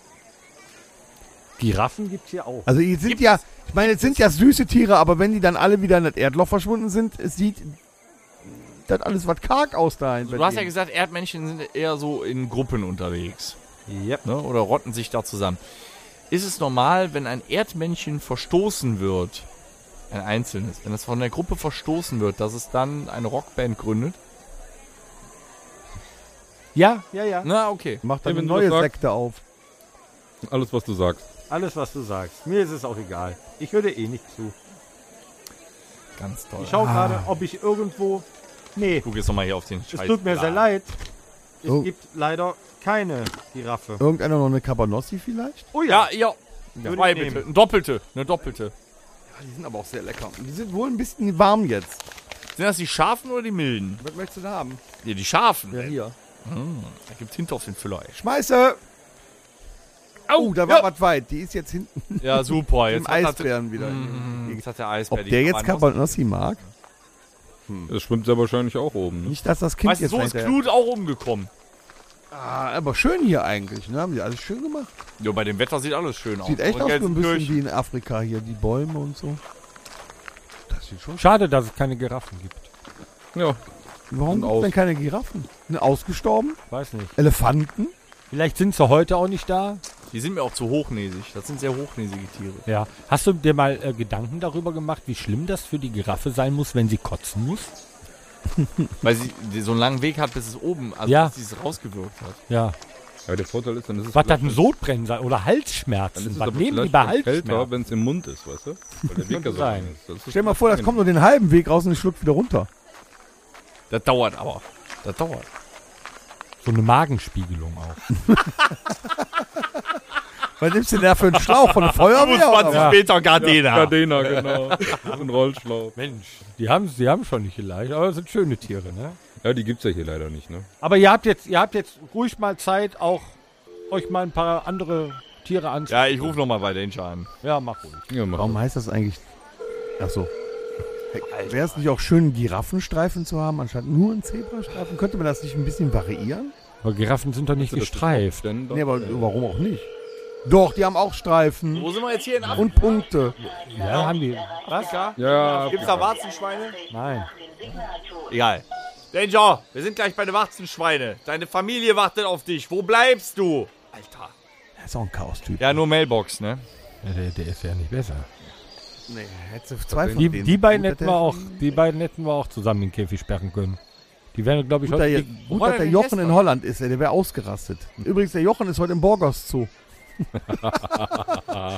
Giraffen gibt's hier auch. Also, es sind ja süße Tiere, aber wenn die dann alle wieder in das Erdloch verschwunden sind, es sieht das alles was karg aus da. Du hast ja gesagt, Erdmännchen sind eher so in Gruppen unterwegs. Yep. Ne? Oder rotten sich da zusammen. Ist es normal, wenn ein Erdmännchen verstoßen wird, ein einzelnes, wenn es von der Gruppe verstoßen wird, dass es dann eine Rockband gründet? Ja. Na, okay. Macht dann Ja, eine wenn du neue das sagst. Sekte auf. Alles, was du sagst. Alles, was du sagst. Mir ist es auch egal. Ich höre dir eh nicht zu. Ganz toll. Ich schaue gerade, ob ich irgendwo... Nee, Guck jetzt nochmal hier auf den es tut mir sehr leid. Es Oh. gibt leider keine Giraffe. Irgendeiner noch eine Cabanossi vielleicht? Oh Ja. Zwei nehmen. bitte. Eine doppelte. Ja, die sind aber auch sehr lecker. Die sind wohl ein bisschen warm jetzt. Sind das die scharfen oder die milden? Was möchtest du da haben? Ja, die scharfen. hier. Da gibt's Tinte auf den Füller, ey. Schmeiße! Oh, da war was weit. Die ist jetzt hinten Ja, super. im Jetzt hat, Eisbären wieder. jetzt hat der Eisbär Ob die der jetzt Cabanos. Cabanossi mag? Das schwimmt ja wahrscheinlich auch oben. Ne? Nicht, dass das Kind Weißt du, jetzt so ist hinterher- Knut auch umgekommen. Ah, aber schön hier eigentlich. Ne? Haben die alles schön gemacht. Ja, bei dem Wetter sieht alles schön aus. Sieht echt Auch aus in wie ein bisschen Gelsenkirchen. wie in Afrika hier. Die Bäume und so. Das sieht schon. Schade, dass es keine Giraffen gibt. Ja, Warum Und gibt es aus. denn keine Giraffen? Ne, ausgestorben? Weiß nicht. Elefanten? Vielleicht sind sie heute auch nicht da. Die sind mir auch zu hochnäsig. Das sind sehr hochnäsige Tiere. Ja. Hast du dir mal Gedanken darüber gemacht, wie schlimm das für die Giraffe sein muss, wenn sie kotzen muss? Weil sie so einen langen Weg hat, bis es oben, also Ja. bis sie es rausgewirkt hat. Ja. ja, der Vorteil ist, dann ist es Was hat vielleicht- ein Sodbrennen sein? Oder dann ist Halsschmerzen? es Was aber nehmen die vielleicht bei schon kälter, Halsschmerzen? wenn es im Mund ist, weißt du? Weil der Weg ja so sein. lang ist. Das ist Stell dir mal vor, das fein. kommt nur den halben Weg raus und schluckt wieder runter. Das dauert aber. Das dauert. So eine Magenspiegelung auch. Was nimmst du denn da für einen Schlauch von der Feuerwehr? oder was? Meter Gardena. Gardena, genau. Ein Rollschlauch. Mensch, die haben schon nicht leicht, aber das sind schöne Tiere, ne? Ja, die gibt's ja hier leider nicht, ne? Aber ihr habt jetzt ruhig mal Zeit, auch euch mal ein paar andere Tiere anzuschauen. Ja, ich rufe nochmal bei Danger an. Ja, mach ruhig. Ja, mach Warum heißt das eigentlich? Achso. Wäre es nicht auch schön, einen Giraffenstreifen zu haben, anstatt nur einen Zebrastreifen? Könnte man das nicht ein bisschen variieren? Aber Giraffen sind doch nicht gestreift. Nee, aber warum auch nicht? Doch, die haben auch Streifen Wo sind wir jetzt hier in Afrika? und Punkte. Ja, haben die. Was? Ja, Gibt's da Warzenschweine? Nein. Egal. Danger, wir sind gleich bei den Warzenschweine. Deine Familie wartet auf dich. Wo bleibst du? Alter. Er ist auch ein Chaos-Typ. Ja, nur Mailbox, ne? Ja, der ist ja nicht besser. Nee, hättest du zwei von Die, denen. die beiden Gut, hätten dass wir auch zusammen in den Käfig sperren können. Die wären, glaube ich, Gut, heute. gut, war dass der der denn Jochen gestern? in Holland ist, ey, der wäre ausgerastet. Übrigens, der Jochen ist heute im Borgos Zoo.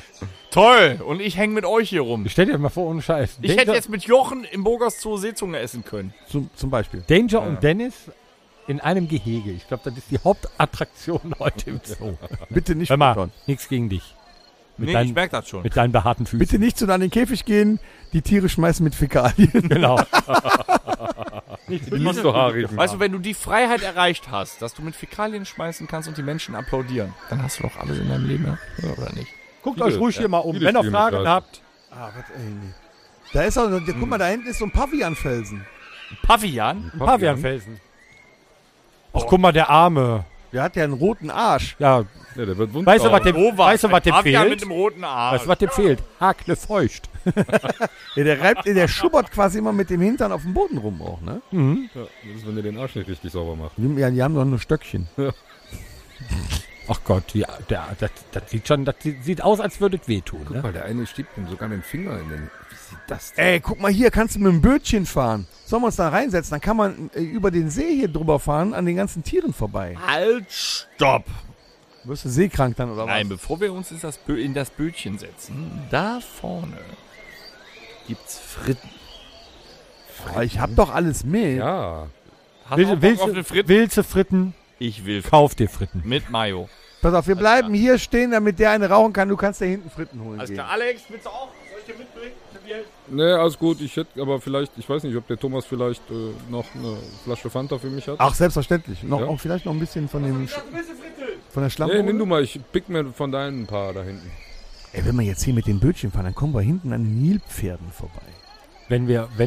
Toll. Und ich hänge mit euch hier rum. Stell dir mal vor, ohne Scheiß. Ich hätte jetzt mit Jochen im Burgers Zoo Seezunge essen können. Zum Beispiel. Danger und Dennis in einem Gehege. Ich glaube, das ist die Hauptattraktion heute im Zoo. Bitte nicht Hör mal, futtern. nichts gegen dich. Nee, ich merke das schon. Mit deinen behaarten Füßen. Bitte nicht zu nah an den Käfig gehen. Die Tiere schmeißen mit Fäkalien. Genau. Die nicht so haarig. Weißt du, wenn du die Freiheit erreicht hast, dass du mit Fäkalien schmeißen kannst und die Menschen applaudieren, dann hast du doch alles in deinem Leben, ja? Oder nicht? Guckt Viele, euch ruhig hier mal um. viele Wenn ihr Spiele Fragen mit habt, Ah, was, ey, nee. Da ist auch, guck mal, da hinten ist so ein Pavianfelsen. Pavian? Pavianfelsen. Ach, guck mal, der Arme. Der hat ja einen roten Arsch. Ja, Ja, der wird weißt du, was dem, Wo war's? weißt du, was dem Pavian fehlt? mit dem roten Arsch. Weißt du, was dem fehlt? Hakle feucht. Ja, der schubbert quasi immer mit dem Hintern auf dem Boden rum auch, ne? Ja, das ist, wenn der den Arsch nicht richtig sauber macht. Ja, die haben doch nur Stöckchen. Ach Gott, das sieht schon, das sieht aus, als würde es wehtun. Guck Ne? mal, der eine stiebt ihm sogar den Finger in den... Wie sieht das denn? Ey, guck mal hier, kannst du mit dem Bötchen fahren. Sollen wir uns da reinsetzen? Dann kann man über den See hier drüber fahren, an den ganzen Tieren vorbei. Halt, stopp. Wirst du seekrank dann oder Nein, was? bevor wir uns in das Bötchen setzen, da vorne gibt's Fritten. Aber ich hab doch alles mit. Ja, Hast du auch Bock auf eine Fritten? Willst du Fritten? Ich will Kauf dir Fritten. mit Mayo. Pass auf, wir bleiben hier stehen, damit der eine rauchen kann. Du kannst da hinten Fritten holen Alles gehen. klar, Alex, willst du auch? Soll ich dir mitbringen? ne, alles gut. Ich hätte aber vielleicht, ich weiß nicht, ob der Thomas vielleicht noch eine Flasche Fanta für mich hat. Ach, selbstverständlich. Noch, Ja. auch vielleicht noch ein bisschen von dem von der Nee, Schlampe. nimm du mal, ich pick mir von deinen ein paar da hinten. Ey, wenn wir jetzt hier mit dem Bötchen fahren, dann kommen wir hinten an den Nilpferden vorbei. Wenn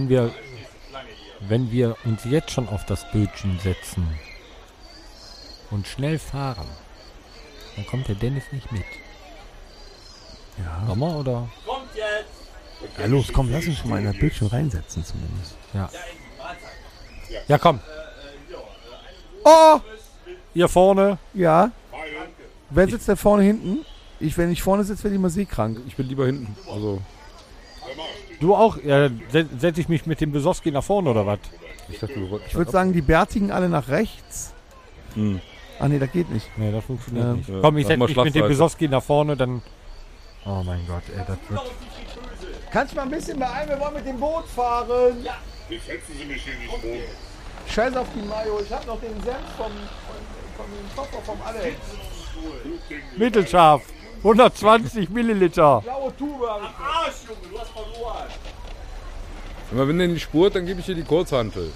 wir uns jetzt schon auf das Bötchen setzen und schnell fahren, dann kommt der Dennis nicht mit. Ja. Sommer oder? Ja, los, komm, lass uns schon mal in das Bötchen reinsetzen zumindest. Ja. Ja, komm. Oh! Ihr vorne. Ja. Wer sitzt da vorne hinten? Wenn ich vorne sitze, werde ich mal seekrank. Ich bin lieber hinten. Also, Du auch? Ja, setze ich mich mit dem Besowski nach vorne oder was? ich dachte, du wolltest. Ich würde sagen, die Bärtigen alle nach rechts. Hm. Ah, nee, das geht nicht. Nee, das funktioniert Ja. nicht. Ja, Komm, ich mach setze mal mich mit dem Schlagseite. Besowski nach vorne, dann... Oh mein Gott, ey, das wird... Kannst du mal ein bisschen beeilen? Wir wollen mit dem Boot fahren. Ja. Jetzt setzen Sie mich hier nicht rum. Scheiß auf die Mayo. Ich habe noch den Senf vom dem Koffer vom Alex. Mittelscharf. 120 Milliliter. Blaue Tube. Aber wenn der nicht spurt, dann gebe ich dir die Kurzhantel.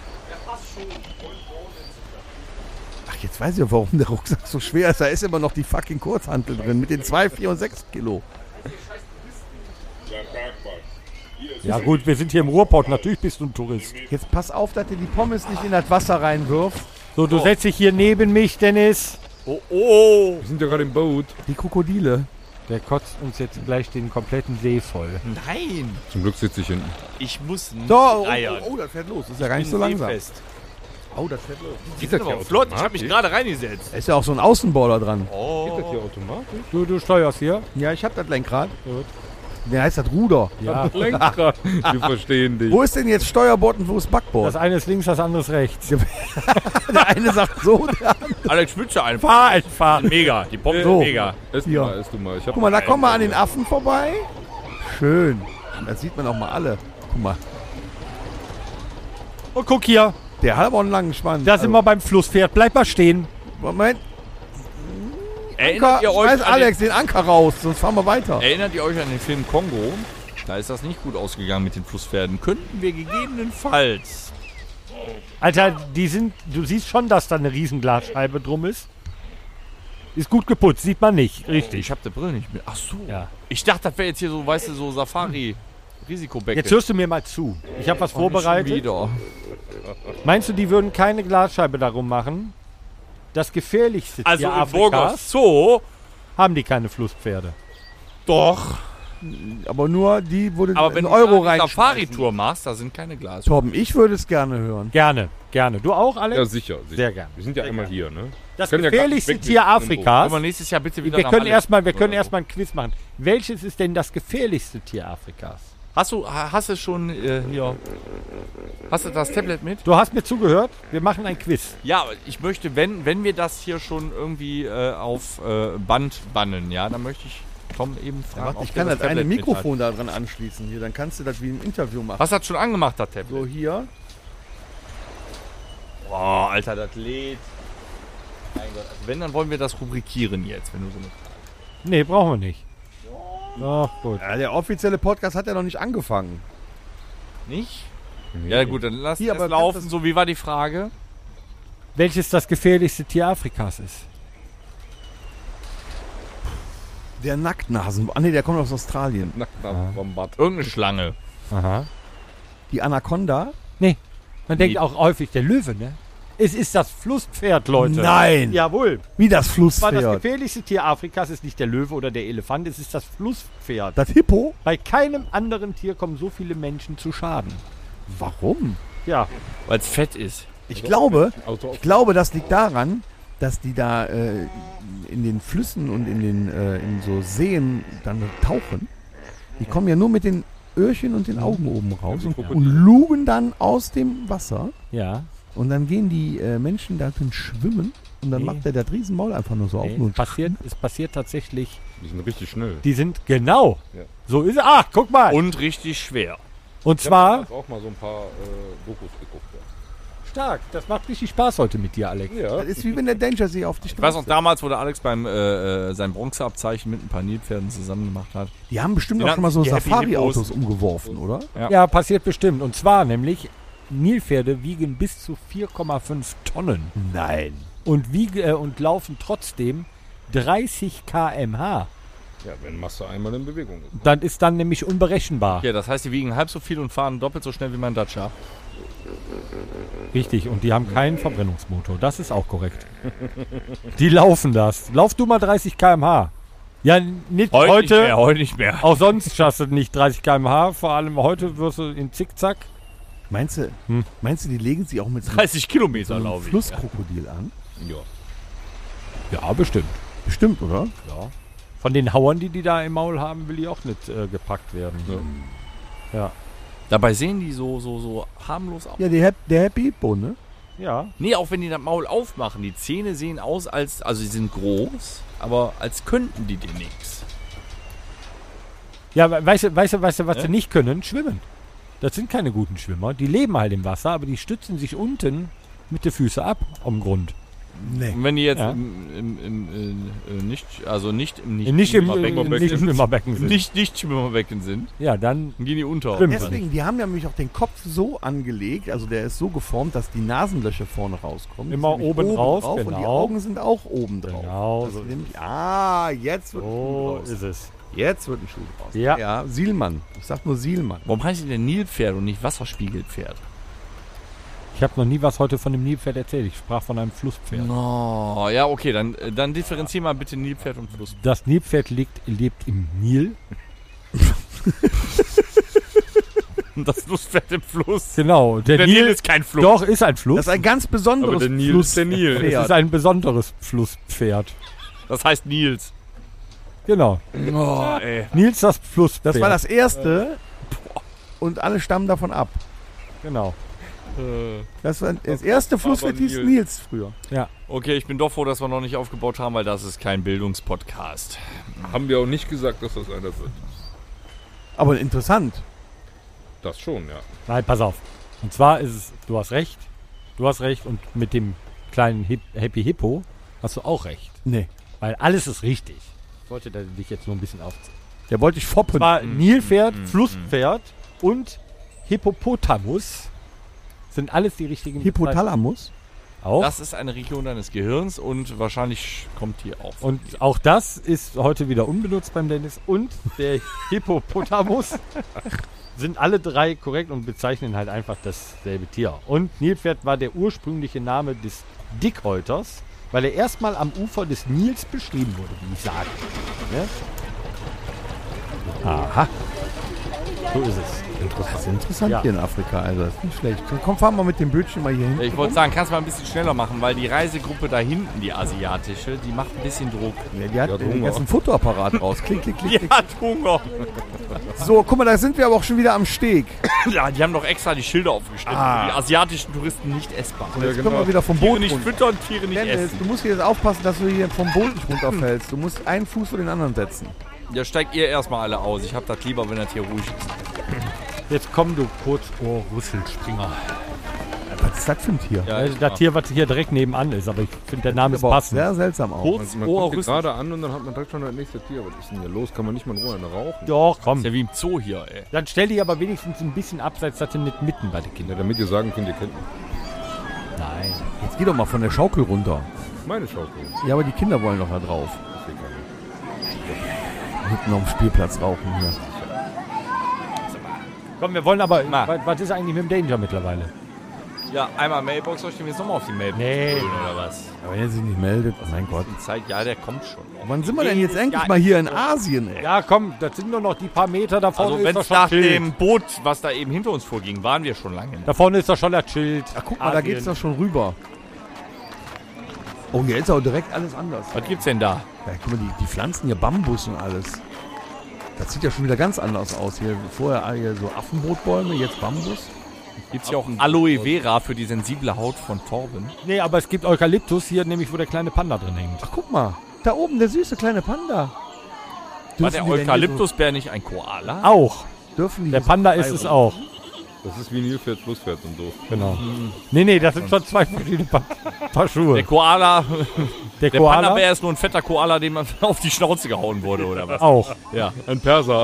Ach, jetzt weiß ich auch, warum der Rucksack so schwer ist. Da ist immer noch die fucking Kurzhantel drin mit den 2, 4 und 6 Kilo. Ja, Bergmann. Hier ist Ja gut, wir sind hier im Ruhrpott, natürlich bist du ein Tourist. Jetzt pass auf, dass du die Pommes nicht in das Wasser reinwirfst. So, du setzt dich hier neben mich, Dennis. Oh. Wir sind ja gerade im Boot. Die Krokodile. Der kotzt uns jetzt gleich den kompletten See voll. Nein. Zum Glück sitze ich hinten. Ich muss nicht So, eiern. oh, das fährt los. Das ist ja gar nicht so langsam. Seefest. Oh, das fährt los. Geht das hier Aber flott, ich habe automatisch? mich gerade reingesetzt. Da ist ja auch so ein Außenborder dran. Geht das hier automatisch? Du steuerst hier? Ja, ich hab das Lenkrad. Gut. Der heißt das Ruder. Ja. Lenkrad. Wir verstehen dich. Wo ist denn jetzt Steuerbord und wo ist Backbord? Das eine ist links, das andere ist rechts. Der eine sagt so, der andere. Alex, Schmütze einfach. Fahr einfach. Mega. Die Pommes So. sind mega. Ess du Hier. mal, ess du mal. Ich hab Guck mal, da kommen wir an den Affen vorbei. Schön. Das sieht man auch mal alle. Guck mal. Und guck hier, Der hat aber einen langen Schwanz. da sind wir beim Flusspferd. Bleib mal stehen. Moment. Erinnert Anker, ihr, euch schmeiß an Alex den Anker raus, sonst fahren wir weiter. Erinnert ihr euch an den Film Kongo? Da ist das nicht gut ausgegangen mit den Flusspferden. Könnten wir gegebenenfalls... Alter, du siehst schon, dass da eine riesen Glasscheibe drum ist. Ist gut geputzt, sieht man nicht. Richtig. Ich habe die Brille nicht mit. Ach so. Ja. Ich dachte, das wäre jetzt hier so, weißt du, so Safari-Risikobecken. Jetzt hörst du mir mal zu. Ich habe was vorbereitet. Wieder. Meinst du, die würden keine Glasscheibe darum machen? Das gefährlichste Also Tier im Burgers Afrikas Zoo, haben die keine Flusspferde. doch. Aber nur die, wo du Aber wenn einen Euro du eine rein. Safari-Tour machst, da sind keine Glas. Torben, ich würde es gerne hören. Gerne, gerne. Du auch, Alex? Ja, sicher. Sehr gern. Wir sind ja einmal hier, ne? Das können ja gar nicht gefährlichste weg Tier mit dem Afrikas. Können wir nächstes Jahr bitte wieder Wir nach können Alex- erstmal ein Quiz machen. Welches ist denn das gefährlichste Tier Afrikas? Hast du schon hier... Hast du das Tablet mit? Du hast mir zugehört. Wir machen ein Quiz. Ja, ich möchte, wenn wir das hier schon irgendwie auf Band bannen, ja, dann möchte ich Tom eben fragen. Warte, ob ich der kann das eine Tablet mit Mikrofon da dran anschließen. Hier, dann kannst du das wie im Interview machen. hat. Was hat schon angemacht, das Tablet? So, hier. Boah, Alter, das lädt. Mein Gott. Also wenn, dann wollen wir das rubrikieren jetzt, wenn du so eine Nee, brauchen wir nicht. Ach, gut. Ja, der offizielle Podcast hat ja noch nicht angefangen. Nicht? Ja gut, dann lass Hier, es aber laufen. das- So, wie war die Frage? Welches das gefährlichste Tier Afrikas ist? Der Nacktnasen. Ah ne, der kommt aus Australien. Wombat. Irgendeine Schlange. Aha. Die Anaconda? Nee. Man denkt auch häufig der Löwe, ne? Es ist das Flusspferd, Leute. Nein! Jawohl. Wie das Zwar das Flusspferd. gefährlichste Tier Afrikas ist nicht der Löwe oder der Elefant, es ist das Flusspferd. Das Hippo? Bei keinem anderen Tier kommen so viele Menschen zu Schaden. Warum? Ja. Weil es fett ist. Ich glaube, Auto das liegt daran, dass die da in den Flüssen und in so Seen dann tauchen. Die kommen ja nur mit den Öhrchen und den Augen oben raus und lugen dann aus dem Wasser. Ja. Und dann gehen die Menschen da drin schwimmen und dann Nee. macht der das Riesenmaul einfach nur so auf. Nee, es passiert tatsächlich. Die sind richtig schnell. Die sind genau. Ja. So ist es. Ach, guck mal. Und richtig schwer. Und Ich zwar hab auch mal so ein paar Dokus geguckt. stark. Das macht richtig Spaß heute mit dir, Alex. Ja. Das ist wie wenn der Danger See auf dich Ich weiß noch, damals, wo der Alex beim sein Bronzeabzeichen mit ein paar Nilpferden zusammen gemacht hat. Die haben bestimmt Die auch schon mal so nannten sich die Happy Safari-Autos Hippos. umgeworfen, oder? Ja, passiert bestimmt. Und zwar nämlich, Nilpferde wiegen bis zu 4,5 Tonnen Nein. und laufen trotzdem 30 km/h. Ja, wenn Masse einmal in Bewegung ist. Das ist dann nämlich unberechenbar. Ja, das heißt, die wiegen halb so viel und fahren doppelt so schnell wie mein Dacia. Richtig, und die haben keinen Verbrennungsmotor. Das ist auch korrekt. Die laufen das. Lauf du mal 30 km/h. Ja, nicht heute. Heute nicht mehr. Auch sonst schaffst du nicht 30 km/h. Vor allem heute wirst du in Zickzack. Meinst du, die legen sich auch mit so 30 Kilometer einem laufe ich. Flusskrokodil an? Ja. Ja, bestimmt. Bestimmt, oder? Ja. Von den Hauern, die da im Maul haben, will ich auch nicht gepackt werden. Ja. Dabei sehen die so harmlos aus. Ja, der Happy Hippo, ne? Ja. Nee, auch wenn die das Maul aufmachen. Die Zähne sehen aus also sie sind groß, aber als könnten die dir nichts. Ja, weißt du, was sie nicht können? Schwimmen. Das sind keine guten Schwimmer. Die leben halt im Wasser, aber die stützen sich unten mit den Füßen ab am Grund. Nee. Und wenn die jetzt Ja. nicht im Nicht im Schwimmerbecken Schwimmerbecken sind. nicht Schwimmerbecken sind, Ja, dann dann gehen die unter. Schwimmen. Deswegen, die haben ja nämlich auch den Kopf so angelegt, also der ist so geformt, dass die Nasenlöcher vorne rauskommen. Immer Die sind nämlich oben drauf, und die genau. Augen sind auch oben drauf. Genau. Also jetzt wird ein Schuh so draus. ist es. Jetzt wird ein Schuh draus. Ja. Ja, Sielmann. Ich sag nur Sielmann. Warum heißt die denn Nilpferd und nicht Wasserspiegelpferd? Ich habe noch nie was heute von dem Nilpferd erzählt. Ich sprach von einem Flusspferd. No, ja, okay, dann differenzier mal bitte Nilpferd und Fluss. Das Nilpferd lebt im Nil. Das Flusspferd im Fluss. Genau. Der Nil ist kein Fluss. Doch, ist ein Fluss. Das ist ein ganz besonderes Aber der Nil ist der Nil. Es Pferd. ist ein besonderes Flusspferd. Das heißt Nils. Genau. Oh, ey. Nils das Flusspferd. Das war das erste und alle stammen davon ab. Genau. Das war das erste Flusspferd hieß Nils. Nils früher. Okay, ich bin doch froh, dass wir noch nicht aufgebaut haben, weil das ist kein Bildungspodcast. Haben wir auch nicht gesagt, dass das einer wird. Aber interessant. Das schon, ja. Nein, pass auf. Und zwar ist es, du hast recht und mit dem kleinen Happy Hippo hast du auch recht. Nee. Weil alles ist richtig. Ich wollte dich jetzt nur ein bisschen aufziehen. Der wollte ich foppen. Und zwar Nilpferd, Flusspferd und Hippopotamus sind alles die richtigen Hypothalamus. auch. Das ist eine Region deines Gehirns und wahrscheinlich kommt die auf. Und auch das ist heute wieder unbenutzt beim Dennis. Und der Hippopotamus sind alle drei korrekt und bezeichnen halt einfach dasselbe Tier. Und Nilpferd war der ursprüngliche Name des Dickhäuters, weil er erstmal am Ufer des Nils beschrieben wurde, wie ich sage. Ja? Aha. So ist es. Das ist interessant Ja. hier in Afrika, also das ist nicht schlecht. Komm, fahren wir mit dem Bötchen mal hier hin. Ich wollte sagen, kannst du mal ein bisschen schneller machen, weil die Reisegruppe da hinten, die asiatische, die macht ein bisschen Druck. Ja, die hat Ja, den Hunger. ganzen Fotoapparat raus. Klick, klick, klick, Die klick. hat Hunger. So, guck mal, da sind wir aber auch schon wieder am Steg. Ja, die haben doch extra die Schilder aufgestellt. Ah. Die asiatischen Touristen nicht essbar. Jetzt können wir wieder vom Tiere Boot nicht runter. füttern, Tiere nicht Dennis, essen. du musst hier jetzt aufpassen, dass du hier vom Boot nicht runterfällst. Du musst einen Fuß vor den anderen setzen. Ja, steigt ihr erstmal alle aus. Ich hab das lieber, wenn das hier ruhig ist. Jetzt komm, du Kurzohr-Rüsselspringer. Was ist das für ein Tier? Ja, Also das Tier, was hier direkt nebenan ist, aber ich finde, der Name ist Aber auch passend. sehr seltsam aus. Man guckt hier Kurzohr-Rüssel. gerade an und dann hat man direkt schon das nächste Tier. Was ist denn hier los? Kann man nicht mal in Ruhe eine rauchen? Doch, komm. Ist ja wie im Zoo hier, ey. Dann stell dich aber wenigstens ein bisschen abseits, dass du nicht mitten bei den Ja, Kindern. damit ihr sagen könnt, ihr kennt mich. Nein. Jetzt geh doch mal von der Schaukel runter. Meine Schaukel. Ja, aber die Kinder wollen doch da drauf. Ist egal. Hinten auf dem Spielplatz rauchen hier. Komm, wir wollen aber. Na. Was ist eigentlich mit dem Danger mittlerweile? Ja, einmal Mailbox, soll ich dem jetzt nochmal auf die Mailbox Nee. holen, oder was? Aber wenn er sich nicht meldet, oh mein Gott. Die Zeit, ja, der kommt schon. Wann sind wir denn jetzt endlich Ja, mal hier in Asien, ey? Ja, komm, das sind nur noch die paar Meter. Da vorne Also ist wenn doch es schon nach Schild. dem Boot, was da eben hinter uns vorging, waren wir schon lange. Da vorne ist doch schon das Schild. Ach, guck mal, da geht's doch schon rüber. Oh, hier ist auch direkt alles anders. Was gibt's denn da? Ja, guck mal, die pflanzen hier Bambus und alles. Das sieht ja schon wieder ganz anders aus hier. Vorher hier so Affenbrotbäume, jetzt Bambus. Gibt's hier auch Aloe Vera für die sensible Haut von Torben? Nee, aber es gibt Eukalyptus hier, nämlich wo der kleine Panda drin hängt. Ach, guck mal. Da oben, der süße kleine Panda. War Dürfen der die denn Eukalyptusbär nicht ein Koala? Auch. hier so- Dürfen die Der so Panda frei ist es rum? auch. Das ist wie Nilpferd, Flusspferd und so. Genau. Nee, das sind schon zwei verschiedene Paar Schuhe. Der Koala, Der der Koala Panda-Bär ist nur ein fetter Koala, dem man auf die Schnauze gehauen wurde, oder was? auch. Ja. Ein Perser.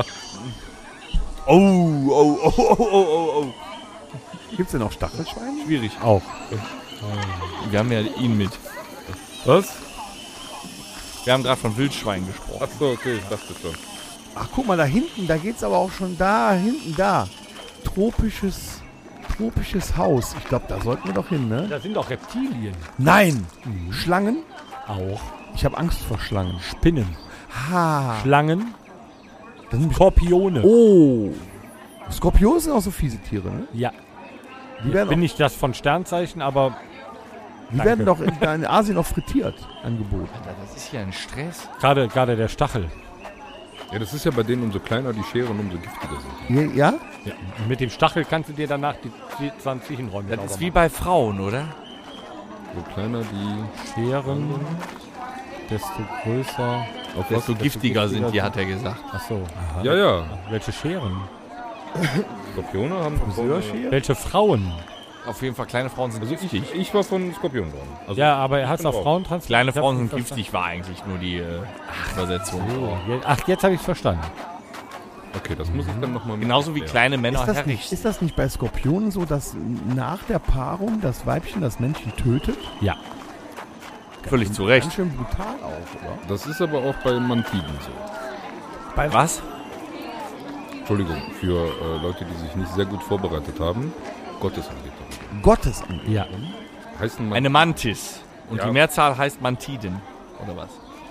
Gibt's denn auch Stachelschweine? Schwierig. Auch. Wir haben ja ihn mit. Was? Wir haben gerade von Wildschwein gesprochen. Ach so, okay, ich dachte schon. Ach, guck mal, da hinten, da geht's aber auch schon da, hinten da. Tropisches Haus. Ich glaube, da sollten wir doch hin, ne? Das sind doch Reptilien. Nein! Schlangen? Auch. Ich habe Angst vor Schlangen. Spinnen. Ha! Schlangen. Das sind Skorpione. Oh! Skorpione sind auch so fiese Tiere, ne? Ja. Die werden, Bin auch, nicht das von Sternzeichen, aber die werden doch in Asien auch frittiert angeboten. Das ist hier ein Stress. gerade der Stachel. Ja, das ist ja bei denen, umso kleiner die Scheren, umso giftiger sind die. Ja? Ja. Und mit dem Stachel kannst du dir danach die 20 Räume Das ist wie bei Frauen, oder? Je kleiner die... Scheren, desto größer. Auf Desto giftiger sind die, hat er gesagt. Achso. Ja, ja. Welche Scheren? Skorpione haben... Friseurschere? Welche Frauen? Auf jeden Fall, kleine Frauen sind Also giftig. ich war von Skorpion dran. Also Ja, aber er hat es auf Genau. Frauen transferiert. Kleine Ich hab's Frauen nicht sind giftig, war eigentlich nur die Übersetzung. verstanden. Ach, jetzt habe ich es verstanden. Okay, das muss ich dann nochmal... Genauso wie kleine Männer herrichten. Ist das nicht bei Skorpionen so, dass nach der Paarung das Weibchen das Männchen tötet? Ja. Völlig zu Recht. Ganz schön brutal auch, oder? Das ist aber auch bei Mantiden so. Bei was? Entschuldigung, für Leute, die sich nicht sehr gut vorbereitet haben. Gottesanbeter. Gottes Ja. Heißen Eine Mantis. Und Ja. die Mehrzahl heißt Mantiden. Oder was?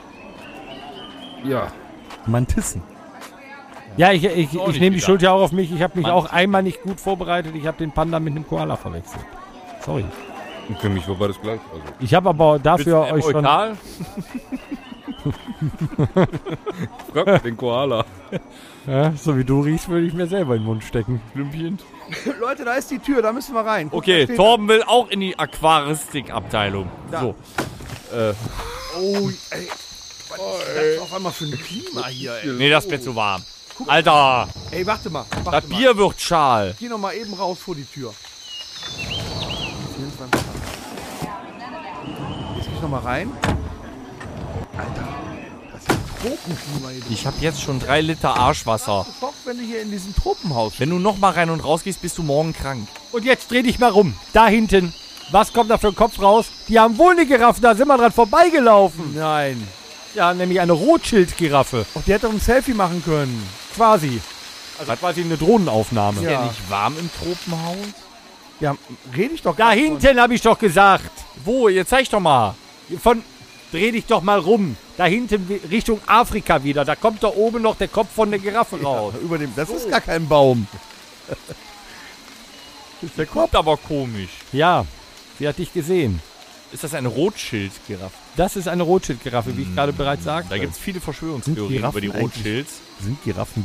Ja. Mantissen. Ja, ich auch nehme nicht die wieder. Schuld ja auch auf mich. Ich habe mich Mann. auch einmal nicht gut vorbereitet. Ich habe den Panda mit einem Koala verwechselt. Sorry. Und für mich war beides gleich. Also, Ich habe aber dafür Willst du euch schon... Eukal? frag mal den Koala. Ja, so wie du riechst, würde ich mir selber in den Mund stecken. Blümchen. Leute, da ist die Tür, da müssen wir rein. Guck, Okay, da steht- Torben will auch in die Aquaristik-Abteilung. Da. So. Oh, ey. Was ist das auf einmal für ein Klima hier, ey? Nee, das wird zu warm. Alter, Ey, warte mal. das Bier wird schal. Geh noch mal eben raus vor die Tür. 24 Grad. Jetzt geh ich noch mal rein. Alter, das ist ein Tropenklima hier. Ich habe jetzt schon 3 Liter Arschwasser. Bock, wenn du hier in diesem Tropenhaus bist. Wenn du noch mal rein und raus gehst, bist du morgen krank. Und jetzt dreh dich mal rum. Da hinten. Was kommt da für ein Kopf raus? Die haben wohl eine Giraffe, da sind wir dran vorbeigelaufen. Nein. Ja, nämlich eine Rothschild-Giraffe. Och, die hätte doch ein Selfie machen können. Quasi. Also quasi eine Drohnenaufnahme. Ja. Ist ja nicht warm im Tropenhaus? Ja, rede ich doch Da grad von. hinten habe ich doch gesagt. Wo? Jetzt zeig doch mal. Dreh dich doch mal rum. Da hinten Richtung Afrika wieder. Da kommt da oben noch der Kopf von der Giraffe raus. Über dem, das ist gar kein Baum. Der kommt aber komisch. Ja, sie hat dich gesehen. Ist das eine Rothschild-Giraffe? Das ist eine Rothschild-Giraffe, wie ich gerade bereits sagte. Da gibt es viele Verschwörungstheorien Sind über die Giraffen Rothschilds. Sind Giraffen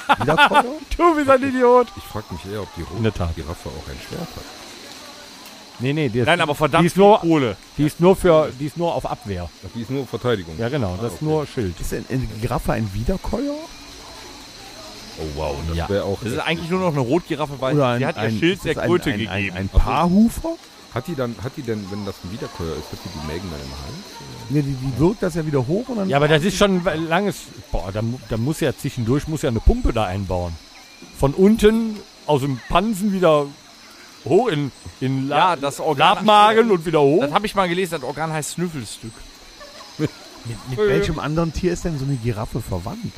Wiederkäuer? Du bist ein Idiot. Ich frage mich eher, ob die In der Tat. rote Giraffe auch ein Schwert hat. Nee, Nein, aber verdammt die ist nur, Kohle. die ist nur auf Abwehr. Die ist nur Verteidigung. Ja, genau, das ist nur Schild. Ist denn eine Giraffe ein Wiederkäuer? Oh wow, das Ja. wäre auch. Das ist eigentlich nur noch eine Rotgiraffe, weil Oder sie hat ihr Schild ist der das Kröte ein gegeben. Ein Paarhufer? Hat die denn, wenn das ein Wiederkäuer ist, hat die Mägen dann im Hals? Ne, die wirkt das ja wieder hoch und dann. Ja, aber das ist schon ein langes. Boah, da muss ja zwischendurch eine Pumpe da einbauen. Von unten aus dem Pansen wieder hoch in das Organ. Labmagen und wieder hoch. Das habe ich mal gelesen, das Organ heißt Schnüffelstück. Mit welchem anderen Tier ist denn so eine Giraffe verwandt?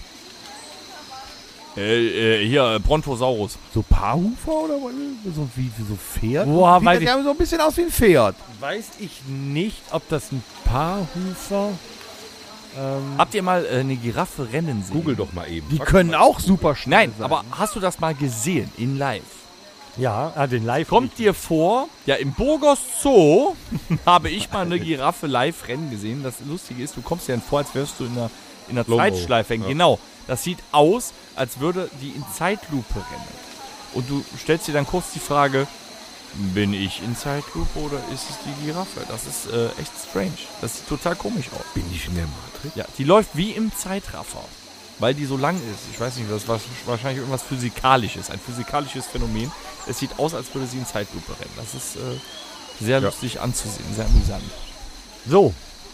Hier, Brontosaurus. So Paarhufer oder so wie so Pferd? Boah, Sieht weiß das ich- ja so ein bisschen aus wie ein Pferd. Weiß ich nicht, ob das ein Paarhufer. Habt ihr mal eine Giraffe rennen sehen? Google doch mal eben. Die können auch super schnell Nein, sein. aber hast du das mal gesehen in live? Ja, den Live. Kommt dir vor, ja, im Burgos Zoo habe ich mal eine Giraffe live rennen gesehen. Das Lustige ist, du kommst dir dann vor, als wärst du in einer Slow-mo. Zeitschleife hängen. Ja. Genau. Das sieht aus, als würde die in Zeitlupe rennen. Und du stellst dir dann kurz die Frage, bin ich in Zeitlupe oder ist es die Giraffe? Das ist echt strange. Das sieht total komisch aus. Bin ich in der Matrix? Ja, die läuft wie im Zeitraffer, weil die so lang ist. Ich weiß nicht, das war wahrscheinlich irgendwas Physikalisches, ein physikalisches Phänomen. Es sieht aus, als würde sie in Zeitlupe rennen. Das ist sehr lustig anzusehen, sehr amüsant. So,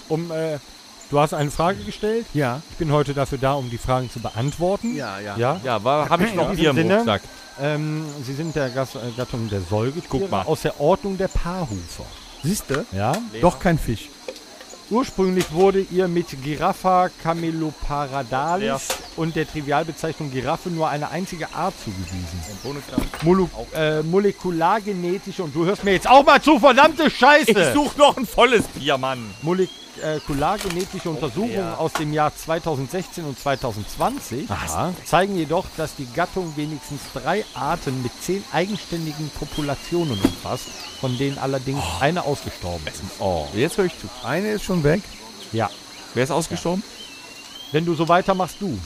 du hast eine Frage gestellt. ja. Ich bin heute dafür da, um die Fragen zu beantworten. Ja. Ja. Ja, habe ich noch In Bier im diesem Sinne, Rucksack. Sie sind der Gattung der Säugetiere Guck mal. aus der Ordnung der Paarhufer. Siehst du? Ja? Doch kein Fisch. Ursprünglich wurde ihr mit Giraffa camelopardalis und der Trivialbezeichnung Giraffe nur eine einzige Art zugewiesen. Molekulargenetische, und du hörst mir jetzt auch mal zu, verdammte Scheiße! Ich suche noch ein volles Bier, Mann. Molekulargenetische Untersuchungen aus dem Jahr 2016 und 2020 zeigen jedoch, dass die Gattung wenigstens 3 Arten mit 10 eigenständigen Populationen umfasst, von denen allerdings eine ausgestorben ist. Oh, jetzt höre ich zu. Eine ist schon weg. Ja, Wer ist ausgestorben? wenn du so weitermachst, du.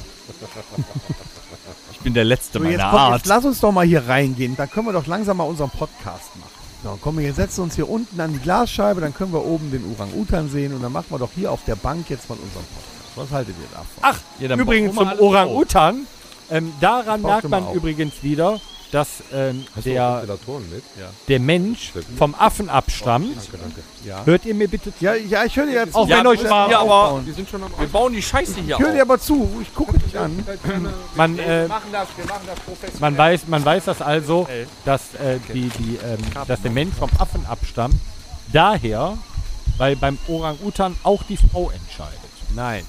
Ich bin der Letzte So, jetzt, meiner komm, Art. jetzt lass uns doch mal hier reingehen. Da können wir doch langsam mal unseren Podcast machen. So, komm, jetzt setzen wir uns hier unten an die Glasscheibe, dann können wir oben den Orang-Utan sehen und dann machen wir doch hier auf der Bank jetzt mal unseren Podcast. Was haltet ihr davon? Ach, Ja, dann übrigens bauen zum wir alles Orang-Utan. Daran Baut merkt schon mal man auf. übrigens wieder, dass Hast du auch Ventilatoren mit? der Mensch vom Affen abstammt. Danke. Ja, Hört ihr mir bitte zu? ja, ich höre dir jetzt Auch zu. wenn euch ja, mal aber Die sind schon am wir bauen die Scheiße hier Ich höre dir auf. aber zu. Ich gucke dich an. man, Wir machen das professionell. man weiß das also, dass, dass der Mensch vom Affen abstammt. Daher, weil beim Orang-Utan auch die Frau entscheidet. Nein.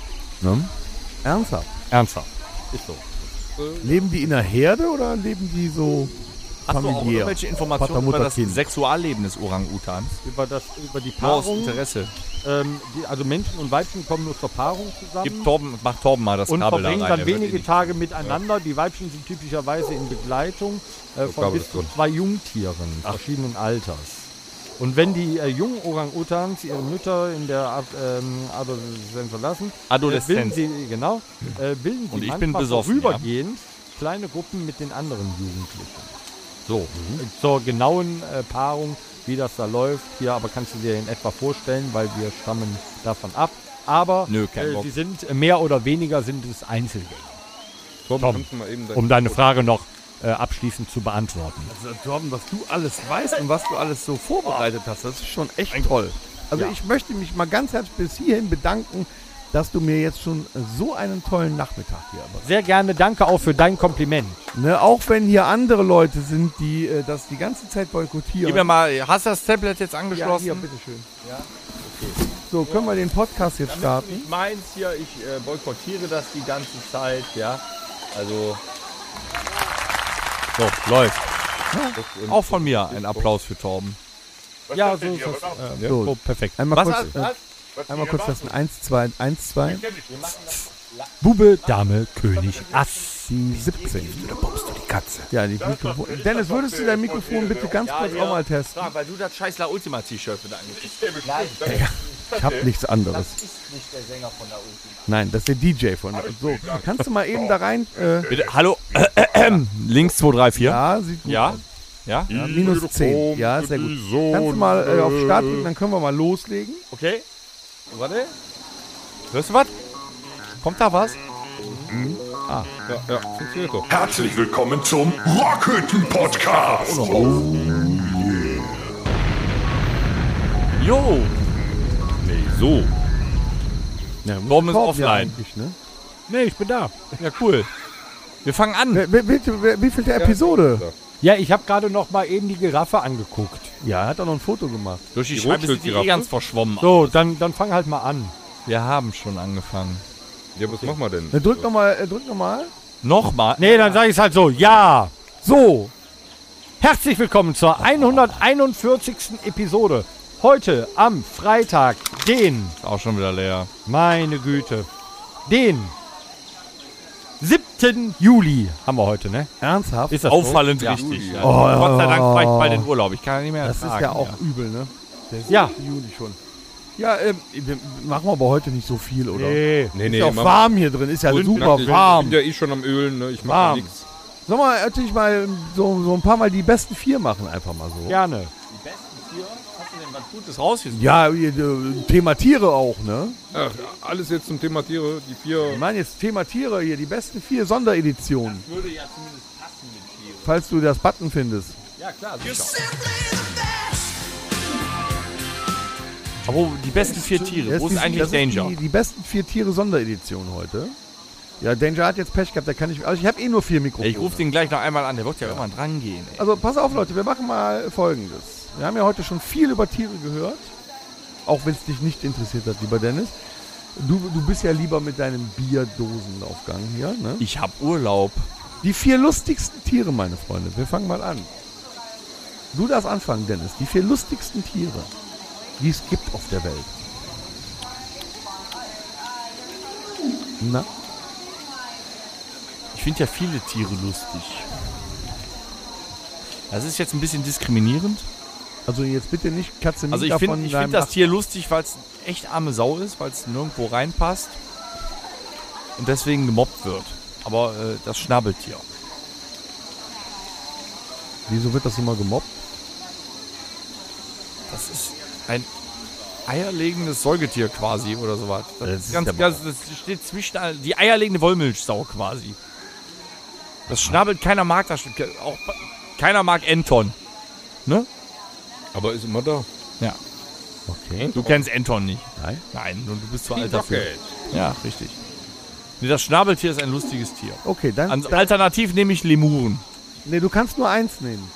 Ernsthaft? Ernsthaft. Ist so. Leben die in einer Herde oder leben die so Hast du auch familiär? irgendwelche Vater, Informationen Mutter, über das Kind. Sexualleben des Orang-Utans? Über die Nur aus Paarung. Interesse. Also Menschen und Weibchen kommen nur zur Paarung zusammen. Macht Torben mal das Und Kabel da rein. verbringen dann der hört wenige eh nicht. Tage miteinander. Die Weibchen sind typischerweise in Begleitung von Kabel bis ist zu drin. 2 Jungtieren verschiedenen Alters. Und wenn die jungen Orang-Utans ihre Mütter in der Adoleszenz verlassen, Adoleszenz. bilden sie Und ich bin manchmal besoffen, vorübergehend kleine Gruppen mit den anderen Jugendlichen. So, zur genauen Paarung, wie das da läuft, hier aber kannst du dir in etwa vorstellen, weil wir stammen davon ab. Aber Nö, kein Bock. sie sind mehr oder weniger sind es Einzelgänger. Tom, Tom, kannst du mal eben Um deine Frage noch abschließend zu beantworten. Also, Torben, was du alles weißt und was du alles so vorbereitet hast, das ist schon echt toll. Also ich möchte mich mal ganz herzlich bis hierhin bedanken, dass du mir jetzt schon so einen tollen Nachmittag hier bereitest. Sehr gerne, danke auch für dein Kompliment. Ne, auch wenn hier andere Leute sind, die das die ganze Zeit boykottieren. Gib mir mal, hast du das Tablet jetzt ja, angeschlossen? hier, bitteschön. Ja? Okay. So, können wir den Podcast jetzt starten? Ich meins hier, ich boykottiere das die ganze Zeit, ja. Also. So, läuft. Auch von mir ein Applaus für Torben. Ja, so ist das. So. So, perfekt. Einmal Was? kurz, einmal kurz das 1, 2, 1, 2, Bube, Dame, König, Ass. 17. Da baust du die Katze. Ja, die Mikrofon. Dennis, würdest du dein Mikrofon bitte ganz kurz auch mal testen? Weil du das scheiß La Ultima T-Shirt wieder angezogen Ich hab nichts anderes. ist nicht der Sänger von La Ultima. Nein, das ist der DJ von. So, kannst du mal eben da rein? Bitte, hallo. Links 2, 3, 4. Ja, sieht gut Ja. aus. Ja? Ja, minus 10. Ja, sehr gut. Kannst du mal auf Start drücken, dann können wir mal loslegen. Okay. Warte. Hörst du was? Kommt da was? Ja, funktioniert doch. Herzlich willkommen zum Rockhütten-Podcast. Jo. Nee, so. Ja, Warum ist Korb offline? eigentlich, ne? Nee, ich bin da. Ja, cool. Wir fangen an. Wie viel der Episode? Ja, ich habe gerade noch mal eben die Giraffe angeguckt. Ja, er hat auch noch ein Foto gemacht. Durch die Die Scheibe sind die Rotschildgiraffe? ganz verschwommen. So, dann fang halt mal an. Wir haben schon angefangen. Ja, was machen wir denn? Na, drück nochmal. Nochmal? Nee, dann sage ich es halt so. Ja. So. Herzlich willkommen zur 141. Episode. Heute am Freitag, den, Ist auch schon wieder leer. meine Güte, den 7. Juli haben wir heute, ne? Ernsthaft? Ist das Auffallend so? Ja. richtig. Ja. Oh. Gott sei Dank fahre ich bald in Urlaub. Ich kann ja nicht mehr Das ist ertragen. ja auch übel, ne? Der Ja. 7. Juli schon. Ja, wir machen aber heute nicht so viel, oder? Nee. Ist ja auch warm hier drin, ist ja Und super ich warm. bin ja schon am Ölen, ne? Ich mach Warm. ja nichts. Sollen wir natürlich mal so ein paar Mal die besten 4 machen, einfach mal so. Gerne. Die besten 4? Hast du denn was Gutes rausgesucht? Ja, Thema Tiere auch, ne? Ach, alles jetzt zum Thema Tiere. Die Ich 4. meine jetzt Thema Tiere hier, die besten 4 Sondereditionen. Würde ja zumindest passen mit Tieren. Falls du das Button findest. Ja, klar. Sicher. Aber die besten 4 Tiere. Das Wo ist eigentlich das Danger? Die besten 4 Tiere Sonderedition heute. Ja, Danger hat jetzt Pech gehabt, der kann nicht. Also ich habe eh nur 4 Mikrofone. Ich rufe den gleich noch einmal an. Der wird ja irgendwann dran gehen. Ey. Also pass auf, Leute, wir machen mal Folgendes. Wir haben ja heute schon viel über Tiere gehört. Auch wenn es dich nicht interessiert hat, lieber Dennis. Du bist ja lieber mit deinem Bierdosenaufgang hier, ne? Ich hab Urlaub. Die 4 lustigsten Tiere, meine Freunde. Wir fangen mal an. Du darfst anfangen, Dennis. Die 4 lustigsten Tiere, die es gibt auf der Welt. Na? Ich finde ja viele Tiere lustig. Das ist jetzt ein bisschen diskriminierend. Also jetzt bitte nicht Katze Also ich Mika finde von find deinem das Tier lustig, weil es echt arme Sau ist, weil es nirgendwo reinpasst und deswegen gemobbt wird. Aber das Schnabeltier. Wieso wird das immer gemobbt? Das ist ein eierlegendes Säugetier quasi oder sowas. Das, Das ist ist ganz, der ganz, das steht zwischen die eierlegende Wollmilchsau quasi. Das schnabelt, keiner mag das. Auch keiner mag Anton. Ne? Aber ist immer da. Ja. Okay. Du kennst Anton nicht. Nein. Nein, und du bist zu alt dafür. Rocket. Ja, richtig. Nee, das Schnabeltier ist ein lustiges Tier. Okay, dann Alternativ nehme ich Lemuren. nee, du kannst nur 1 nehmen.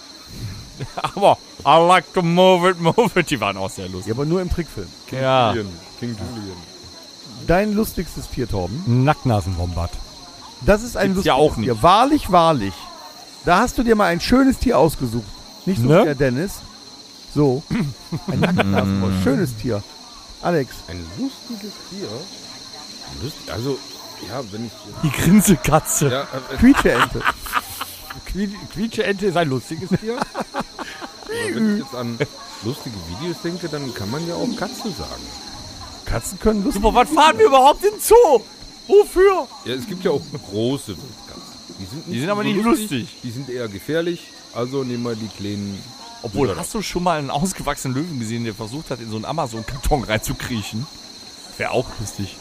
Aber I like to move it. Die waren auch sehr lustig. Ja, aber nur im Trickfilm. Ja. King Julian. Dein lustigstes Tier, Torben. Nacktnasenwombat. Das ist ein Gibt's lustiges ja auch nicht. Tier. Wahrlich, wahrlich. Da hast du dir mal ein schönes Tier ausgesucht. Nicht so Ne? wie der Dennis. So. Ein Nacktnasenwolf. Schönes Tier. Alex. Ein lustiges Tier. Also, ja, wenn ich. Die Grinsekatze. Ja, Quietscheente. Quietscheente ist ein lustiges Tier. aber wenn ich jetzt an lustige Videos denke, dann kann man ja auch Katze sagen. Katzen können lustig. Super, was fahren wir überhaupt in den Zoo? Wofür? Ja, es gibt ja auch große Wildkatzen. Die sind aber so nicht lustig. Die sind eher gefährlich. Also nehmen wir die kleinen. Obwohl, Bilder hast du schon mal einen ausgewachsenen Löwen gesehen, der versucht hat, in so einen Amazon-Karton reinzukriechen? Wäre auch lustig.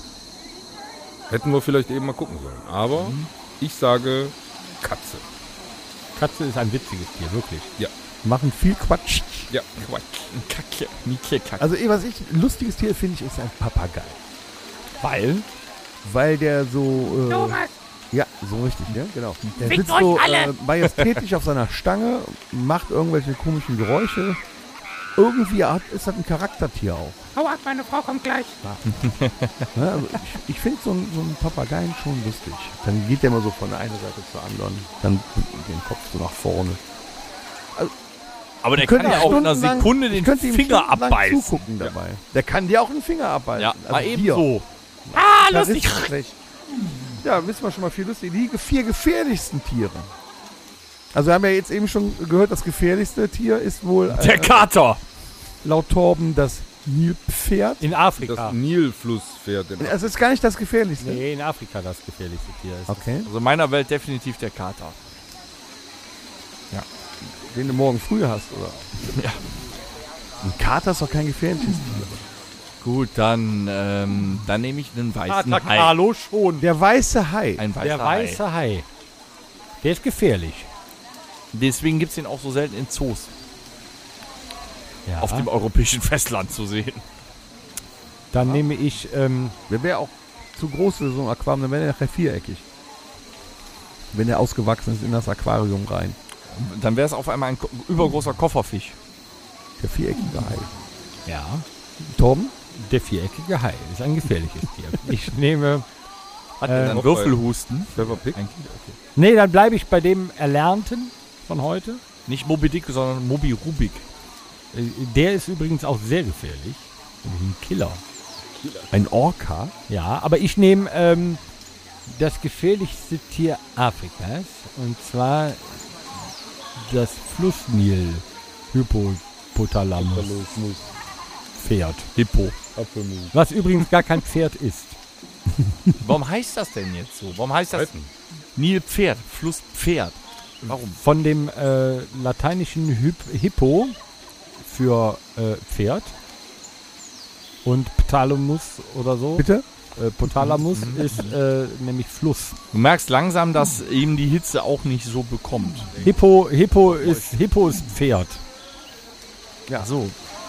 Hätten wir vielleicht eben mal gucken sollen. Aber ich sage Katze. Katze ist ein witziges Tier, wirklich. Machen viel Quatsch. Ja, Quatsch. Kacke. Kacke. Also, was ich lustiges Tier finde, ich, ist ein Papagei. Weil? Weil der so. Ja, so richtig, ne? Genau. Der sitzt so majestätisch auf seiner Stange, macht irgendwelche komischen Geräusche. Irgendwie ist das ein Charaktertier auch. Hau ab, meine Frau kommt gleich. Ja, also ich finde so ein Papageien schon lustig. Dann geht der immer so von einer Seite zur anderen. Dann den Kopf so nach vorne. Aber der Ich kann könnte ja auch in einer stundenlang- Sekunde ich den könnte ihm Finger stundenlang abbeißen. zugucken dabei. Der kann dir auch einen Finger abbeißen. Ja, mal eben dir. so. Da ist frech. Ja, wissen wir schon mal viel lustig. Die 4 gefährlichsten Tiere. Also wir haben ja jetzt eben schon gehört, das gefährlichste Tier ist wohl Der Kater. laut Torben das Nilpferd. In Afrika. das Nilflusspferd. Es ist gar nicht das gefährlichste. Nee, in Afrika das gefährlichste Tier ist. Okay. Also in meiner Welt definitiv der Kater. den du morgen früh hast, oder? Ja. Ein Kater ist doch kein gefährliches Tier. Gut, dann nehme ich einen weißen Hai. Carlo schon. Der weiße Hai. Ein weißer Der Hai. weiße Hai. Der ist gefährlich. Deswegen gibt es den auch so selten in Zoos Ja. auf dem europäischen Festland zu sehen. Dann nehme ich, Der wäre auch zu groß für so ein Aquarium, dann wäre der nachher viereckig. Wenn der ausgewachsen ist in das Aquarium rein. Dann wäre es auf einmal ein übergroßer Kofferfisch. Der viereckige Hai. ja, Torben? der viereckige Hai ist ein gefährliches Tier. Ich nehme, Hat der dann Auch Würfelhusten? Pfeffer Pig. Eigentlich, okay. nee, dann bleibe ich bei dem Erlernten von heute. Nicht Moby Dick, sondern Moby Rubik. Der ist übrigens auch sehr gefährlich. Nämlich ein Killer. Ein Orca? Ja, aber ich nehme das gefährlichste Tier Afrikas. Und zwar das Flussnil Hypothalamus Pferd. Hippo. Was übrigens gar kein Pferd ist. Warum heißt das denn jetzt so? Warum heißt das Nilpferd, Flusspferd? Warum? Von dem lateinischen Hippo für Pferd und Pthalamus oder so. Bitte? Pothalamus ist nämlich Fluss. Du merkst langsam, dass ihm die Hitze auch nicht so bekommt. Hippo ist Pferd. Ja. So.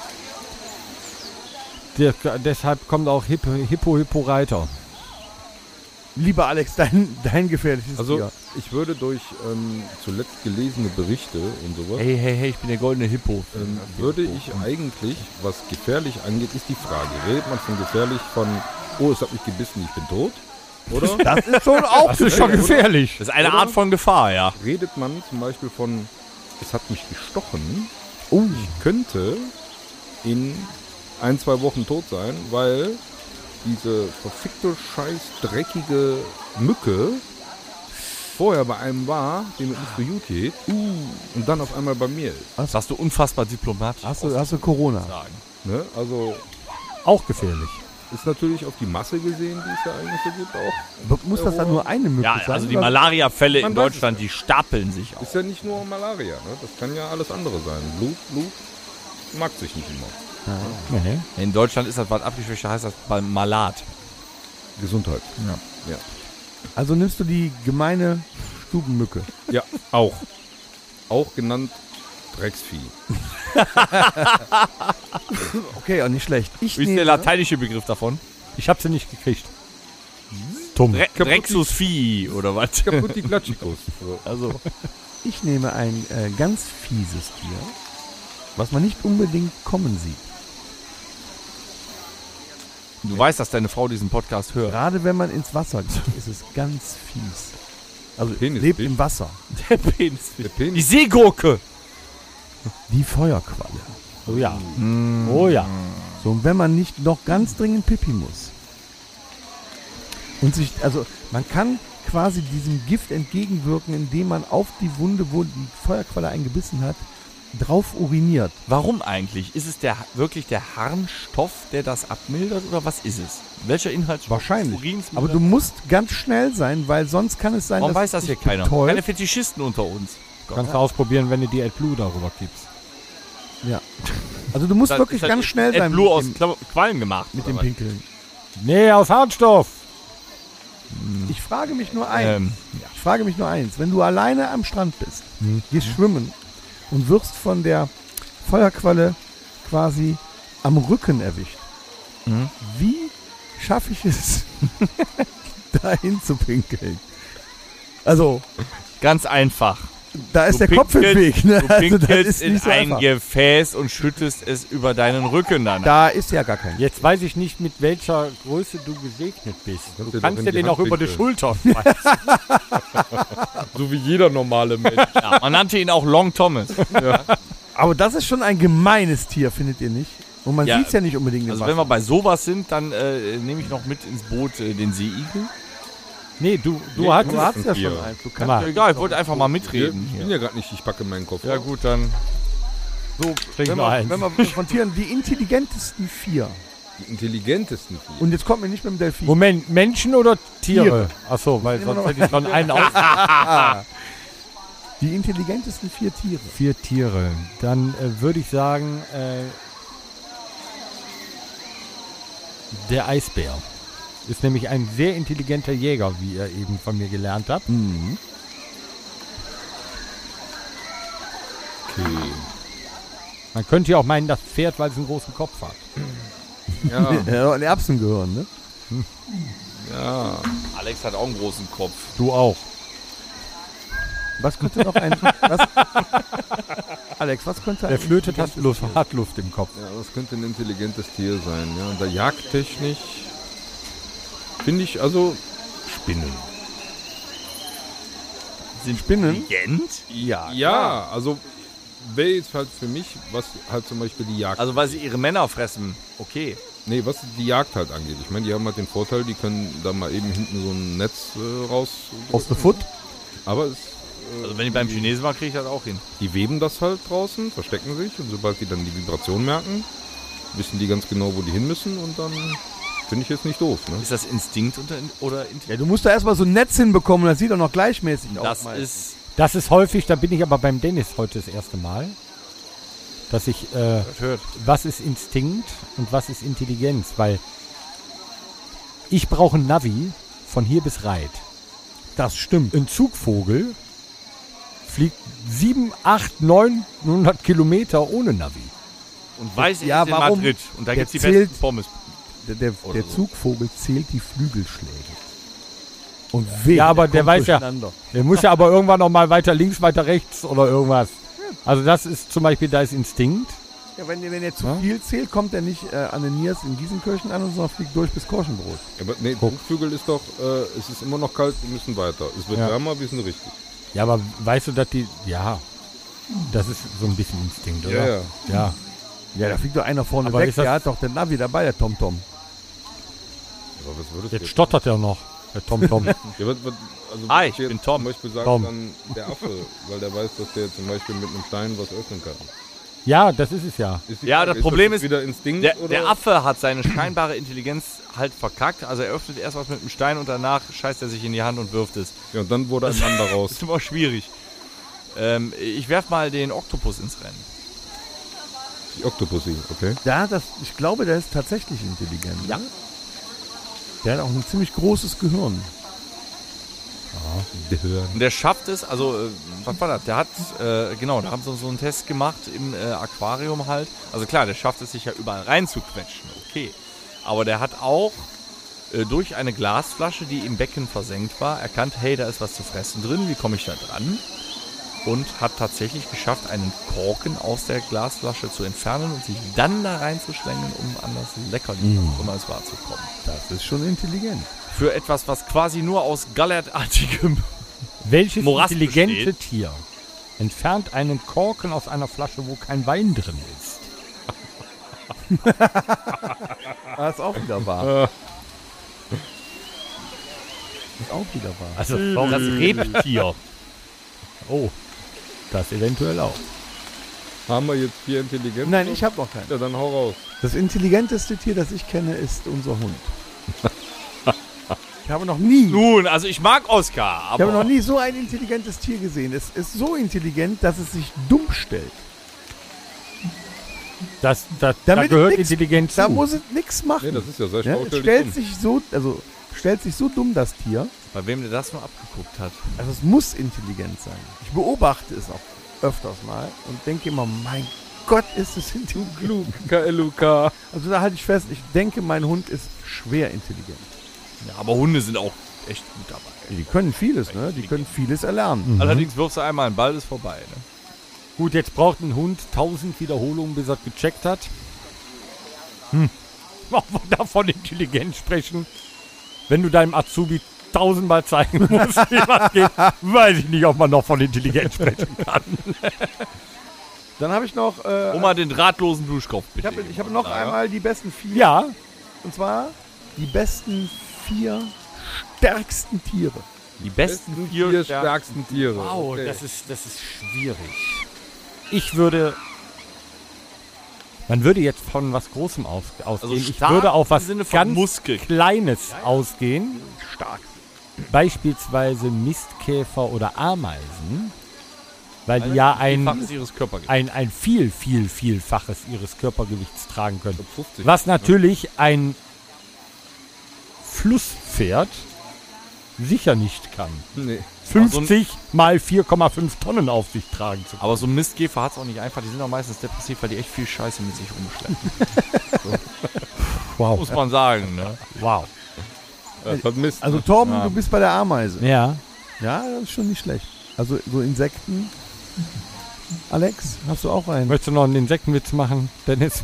Deshalb kommt auch Hippo Reiter. Lieber Alex, dein gefährliches Also Tier. ich würde durch zuletzt gelesene Berichte und sowas, Hey, ich bin der goldene Hippo. würde ich eigentlich, was gefährlich angeht, ist die Frage. Redet man von gefährlich von, oh, es hat mich gebissen, ich bin tot? Oder Das ist schon auch Das ist schon gefährlich. Das ist eine Oder? Art von Gefahr, ja. redet man zum Beispiel von, es hat mich gestochen, Oh, ich könnte in 1-2 Wochen tot sein, weil diese verfickte, scheiß, dreckige Mücke vorher bei einem war, dem es nicht so gut geht, und dann auf einmal bei mir ist. Das hast du unfassbar diplomatisch hast du Corona? sagen. Ne? Also Auch gefährlich. ist natürlich auf die Masse gesehen, die es ja eigentlich so gibt, auch. Muss das dann nur eine Mücke Ja, sein? also die oder? Malaria-Fälle in Man weiß es Deutschland, die stapeln sich auf. Ist ja nicht nur Malaria, ne? Das kann ja alles andere sein. Blut mag sich nicht immer. Nee. In Deutschland ist das was abgeschwächt, heißt das beim Malat. Gesundheit. Also nimmst du die gemeine Stubenmücke. Ja, auch. Auch genannt Drecksvieh. Okay, auch nicht schlecht. Ich Wie ist der nehme, lateinische Begriff davon? Ich habe sie nicht gekriegt. Dumm. Drexus Vieh oder was? Kaputt die Klatschikos. Also, ich nehme ein ganz fieses Tier, was man nicht unbedingt kommen sieht. du weißt, dass deine Frau diesen Podcast hört. Gerade wenn man ins Wasser geht, ist es ganz fies. Also Penis- lebt im Wasser. Der Penis. Der Penis. Die Seegurke. Die Feuerqualle. Oh ja. Oh ja. So, und wenn man nicht noch ganz dringend pipi muss. Und sich, also man kann quasi diesem Gift entgegenwirken, indem man auf die Wunde, wo die Feuerqualle einen gebissen hat, drauf uriniert. Warum eigentlich? Ist es wirklich der Harnstoff, der das abmildert oder was ist es? Welcher Inhalt? Wahrscheinlich. Urins Aber du musst ganz schnell sein, weil sonst kann es sein, Warum dass weiß das es hier dich keiner? betäubt. Keine Fetischisten unter uns. Kannst du ausprobieren, wenn du die AdBlue darüber gibst. Ja. Also du musst Das wirklich ist ganz schnell sein AdBlue aus mit dem, Quallen gemacht. mit oder dem was? Pinkeln. Nee, aus Harnstoff. Ich frage mich nur eins. Ja. Ich frage mich nur eins. Wenn du alleine am Strand bist, gehst schwimmen und wirst von der Feuerqualle quasi am Rücken erwischt, wie schaffe ich es, dahin zu pinkeln? Also, Ganz einfach. da ist Du der Kopf im pinkelst- Weg. Ne? Du Also, das pinkelst ist in nicht so ein einfach. Gefäß und schüttest es über deinen Rücken dann. Da ist ja gar kein. Jetzt weiß ich nicht, mit welcher Größe du gesegnet bist. Kannst Du dir kannst doch dir in die den auch Hand über die pinkeln. Schulter schmeißen. So wie jeder normale Mensch. Ja, man nannte ihn auch Long Thomas. Aber das ist schon ein gemeines Tier, findet ihr nicht? Und man Ja, sieht es ja nicht unbedingt im Also Wasser. wenn wir bei sowas sind, dann nehme ich noch mit ins Boot den Seeigel. Nee, du Nee, hattest... Du hast ja Tier. schon eins. Du Guck kannst mal, Ja, egal, ich wollte einfach mal Ich mitreden. bin Hier. ja gerade nicht, ich packe meinen Kopf. Ja gut, dann so, trink wenn nur wir, eins. wenn wir von Tieren die intelligentesten 4. Die intelligentesten Tiere. Und jetzt kommt mir nicht mit dem Delfin. Moment, Menschen oder Tiere? Tiere. Achso, weil Immer sonst noch- hätte ich schon einen aus... Die intelligentesten 4 Tiere. 4 Tiere. Dann würde ich sagen, der Eisbär. Ist nämlich ein sehr intelligenter Jäger, wie ihr eben von mir gelernt habt. Mhm. Okay. Man könnte ja auch meinen, das Pferd, weil es einen großen Kopf hat. Ja, Ja, und Erbsen gehören, ne? ja. Alex hat auch einen großen Kopf. Du auch. Was könnte noch ein... Alex, was könnte Der ein... Flötet hat Luft im Kopf. Ja, das könnte ein intelligentes Tier sein. Ja, und da jagdtechnisch finde ich also Spinnen. Sind Spinnen? intelligent? Ja, also wäre jetzt halt für mich, was halt zum Beispiel die Jagd. Also weil sie ihre Männer fressen. Okay. Nee, was die Jagd halt angeht. Ich meine, die haben halt den Vorteil, die können da mal eben hinten so ein Netz raus. Aus der Foot? Aber es, Also wenn ich beim Chinesen war, kriege ich das auch hin. die weben das halt draußen, verstecken sich und sobald die dann die Vibration merken, wissen die ganz genau, wo die hin müssen und dann finde ich jetzt nicht doof. Ne? Ist das Instinkt oder Ja, Intelligenz? du musst da erstmal so ein Netz hinbekommen, das sieht doch noch gleichmäßig aus. Das meistens. ist... Das ist häufig, da bin ich aber beim Dennis heute das erste Mal, dass ich, was ist Instinkt und was ist Intelligenz? Weil ich brauche ein Navi von hier bis Reit. Das stimmt. Ein Zugvogel fliegt 7, 8, 900 Kilometer ohne Navi. Und weiß, Ja, ist in warum? Madrid. Und da Der gibt es die zählt- besten Pommes. Der Oder so. Zugvogel zählt die Flügelschläge. Und wehe, Ja, aber der kommt weiß ja- durcheinander. Der muss ja aber irgendwann noch mal weiter links, weiter rechts oder irgendwas. Also das ist zum Beispiel, da ist Instinkt. Ja, wenn er zu Ja? viel zählt, kommt er nicht an den Niers in Gießenkirchen an, sondern fliegt durch bis Korschenbrot. Aber nee, Zugvögel ist doch, es ist immer noch kalt, wir müssen weiter. Es wird Ja. wärmer, wir sind richtig. Ja, aber weißt du, dass die, ja, das ist so ein bisschen Instinkt, oder? Ja, ja. Ja. Ja, da fliegt doch einer vorne Aber weg, ist das- der hat doch den Navi dabei, der TomTom. Aber was würdest Jetzt stottert er noch, der TomTom. Ja, also Hi, ich jetzt bin Tom. Zum Beispiel sagt Tom. dann der Affe, weil der weiß, dass der zum Beispiel mit einem Stein was öffnen kann. Ja, das ist es ja. Ist die Ja, Frage, das Problem jetzt ist, wieder Instinkt Der oder? Affe hat seine scheinbare Intelligenz halt verkackt. Also er öffnet erst was mit einem Stein und danach scheißt er sich in die Hand und wirft es. Ja, und dann wurde ein Mann daraus. Das ist immer schwierig. Ich werf mal den Oktopus ins Rennen. Die Octopussy, okay. Ja, ich glaube, der ist tatsächlich intelligent. Ja. Ne? Der hat auch ein ziemlich großes Gehirn. Und der schafft es, also, was war das? Der hat, genau, da haben sie so einen Test gemacht im Aquarium halt. Also klar, der schafft es sich ja überall reinzuquetschen, okay. Aber der hat auch durch eine Glasflasche, die im Becken versenkt war, erkannt, hey, da ist was zu fressen drin, wie komme ich da dran? Und hat tatsächlich geschafft, einen Korken aus der Glasflasche zu entfernen und sich dann da reinzuschlängen, um an das Leckerli, was auch immer es war, zu kommen. Das ist schon intelligent. Für etwas, was quasi nur aus gallertartigem Welches Morast intelligente besteht. Tier entfernt einen Korken aus einer Flasche, wo kein Wein drin ist? Das ist auch wieder wahr. Ist auch wieder wahr. Also das Rebtier. Oh, das eventuell auch. Haben wir jetzt 4 Intelligenz? Nein, ich habe noch keinen. Ja, dann hau raus. Das intelligenteste Tier, das ich kenne, ist unser Hund. Ich habe noch nie, Nun, also ich mag Oscar, ich habe noch aber nie so ein intelligentes Tier gesehen. Es ist so intelligent, dass es sich dumm stellt. Da Damit gehört nix- Intelligenz Da zu. muss es nichts machen. Nee, das ist ja sehr Ja, schlau. es stell dich stellt um. sich so dumm, das Tier. bei wem der das nur abgeguckt hat. Also es muss intelligent sein. Ich beobachte es auch öfters mal und denke immer, mein Gott, ist es intelligent. KLUK. Also da halte ich fest, ich denke, mein Hund ist schwer intelligent. Ja, aber Hunde sind auch echt gut dabei. Die können vieles, ne? Die können vieles erlernen. Allerdings wirfst du einmal einen Ball, ist vorbei. Ne? Gut, jetzt braucht ein Hund 1000 Wiederholungen, bis er gecheckt hat. Ob wir da von Intelligenz sprechen? Wenn du deinem Azubi 1000-mal zeigen musst, wie was geht, weiß ich nicht, ob man noch von Intelligenz sprechen kann. Dann habe ich noch, Oma, den drahtlosen Duschkopf bitte. ich habe noch einmal die besten 4. Ja, Und zwar die besten 4 stärksten Tiere. Die besten Vier vier stärksten Tiere. wow, Okay. das ist schwierig. Ich würde... Man würde jetzt von was Großem ausgehen. Also Ich stark würde auf was im Sinne von ganz Muskel. Kleines ausgehen. Stark. Beispielsweise Mistkäfer oder Ameisen. Weil die ja Vielfaches ihres Körpergewichts. ein Vielfaches ihres Körpergewichts tragen können. 50. Was natürlich ein Flusspferd sicher nicht kann. Nee. 50 mal 4,5 Tonnen auf sich tragen zu können. Aber so ein Mistkäfer hat es auch nicht einfach. Die sind auch meistens depressiv, weil die echt viel Scheiße mit sich rumschleppen. Wow. Muss man sagen, ne? Wow. Das hat Mist. Also ne? Torben, Ja. du bist bei der Ameise. Ja. Ja, das ist schon nicht schlecht. Also so Insekten. Alex, hast du auch einen? Möchtest du noch einen Insektenwitz machen, Dennis?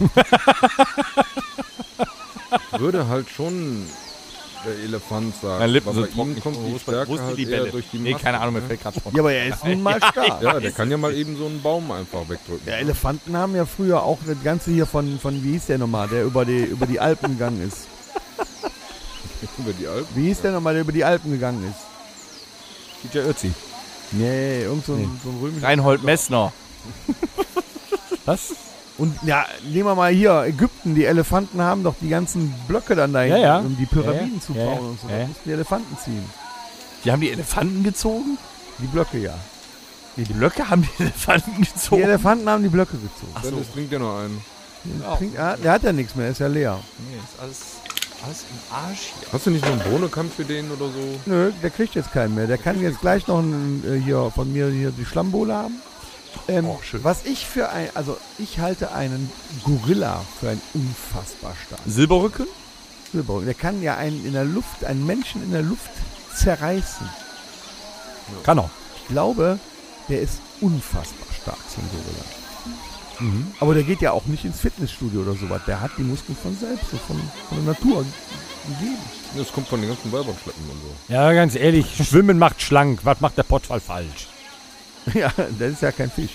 Würde halt schon der Elefant sagen. Meine Lippen aber sind bei trocken. ihm kommt Wo die ist Stärke die halt Libelle? eher durch die Nee, Masse, keine Ahnung, mir ne? fällt gerade Ja, aber er ist nun mal stark. Ja, der kann ja mal eben so einen Baum einfach wegdrücken. Ja, Elefanten haben ja früher auch das Ganze hier von wie hieß der nochmal, der über die Alpen gegangen ist. Über die Alpen. Wie hieß der nochmal, der über die Alpen gegangen ist? DJ Ötzi. Nee, so ein römischer. Reinhold Messner. Was? Und ja, nehmen wir mal hier Ägypten, die Elefanten haben doch die ganzen Blöcke dann da hinten, Ja. um die Pyramiden Ja, zu ja. bauen und so. Ja. Da mussten die Elefanten ziehen. Die haben die Elefanten gezogen? Die Blöcke, ja. Die Blöcke haben die Elefanten Die gezogen? Elefanten haben die Blöcke gezogen. Ach so. Dennis trinkt ja noch einen. Der hat ja nichts mehr, ist ja leer. Nee, ist alles im Arsch hier. Hast du nicht noch einen Bohnenkampf für den oder so? Nö, der kriegt jetzt keinen mehr. Der kann jetzt gleich noch hier von mir hier die Schlammbohle haben. Oh, schön. Was ich für ich halte einen Gorilla für ein unfassbar starken Silberrücken? Silberrücken. Der kann ja einen Menschen in der Luft zerreißen. Kann er. Ich glaube, der ist unfassbar stark, so ein Gorilla. Aber der geht ja auch nicht ins Fitnessstudio oder sowas. Der hat die Muskeln von selbst, so von der Natur gegeben. Das kommt von den ganzen Weibernschleppen und so. Ja, ganz ehrlich, Schwimmen macht schlank. Was macht der Pottwal falsch? Ja, das ist ja kein Fisch.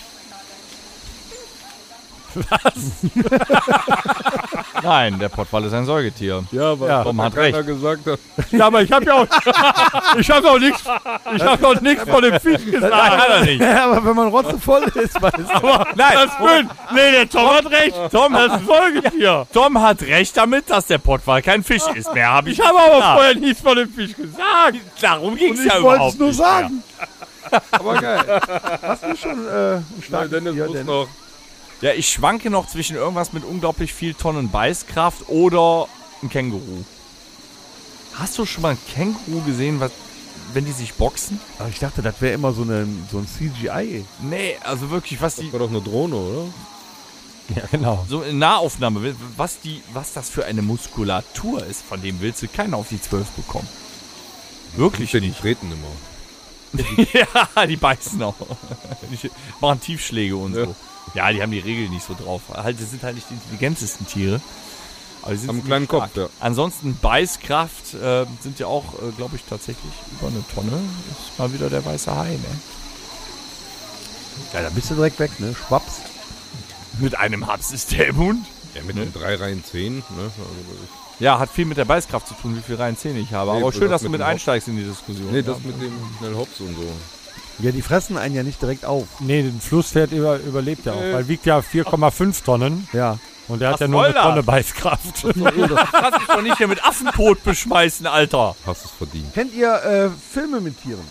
Nein, der Pottwal ist ein Säugetier. Ja, weil Ja, Tom hat recht. gesagt hat. Ja, aber ich habe ja auch, ich habe noch nichts von dem Fisch gesagt. Nein, hat er nicht. Ja, aber wenn man rotzevoll ist, weiß Nein, Das ist schön. Nee, der Tom hat recht. Tom, das ist ein Säugetier. Tom hat recht damit, dass der Pottwal kein Fisch ist. Mehr habe ich Ich habe aber vorher nichts von dem Fisch gesagt. Darum ging es ja ich wollte überhaupt es nur nicht. sagen. Aber geil. Hast du schon einen Nein, starken Dennis Tier, muss Dennis? noch. Ja, ich schwanke noch zwischen irgendwas mit unglaublich viel Tonnen Beißkraft oder ein Känguru. Hast du schon mal ein Känguru gesehen, wenn die sich boxen? Aber ich dachte, das wäre immer so ein CGI. Nee, also wirklich, was die Das war doch eine Drohne, oder? Ja, genau. so in Nahaufnahme, was das für eine Muskulatur ist, von dem willst du keinen auf die 12 bekommen. Wirklich Die nicht. treten immer. Ja, die beißen auch. Die machen Tiefschläge und Ja. so. Ja, die haben die Regeln nicht so drauf. Halt, das sind halt nicht die intelligentesten Tiere. Aber die sind Haben einen ziemlich kleinen stark. Kopf, ja. Ansonsten Beißkraft sind ja auch, glaube ich, tatsächlich über eine Tonne. Ist mal wieder der weiße Hai, ne? Ja, da bist du direkt weg, ne? Schwaps. Mit einem Haps ist der im Mund. Ja, mit den 3 Reihen 10. Ne? Also, Ja, hat viel mit der Beißkraft zu tun, wie viel Reihen Zähne ich habe. Nee, Aber schön, dass das du mit mit dem einsteigst in die Diskussion. nee, das mit dem schnell Hops und so. Ja, die fressen einen ja nicht direkt auf. Nee, ein Flusspferd überlebt ja auch, weil wiegt ja 4,5 Tonnen Ja. und der hat Was ja nur soll eine das? Tonne Beißkraft. Lass dich doch nicht hier mit Affenkot beschmeißen, Alter. Hast es verdient. Kennt ihr Filme mit Tieren?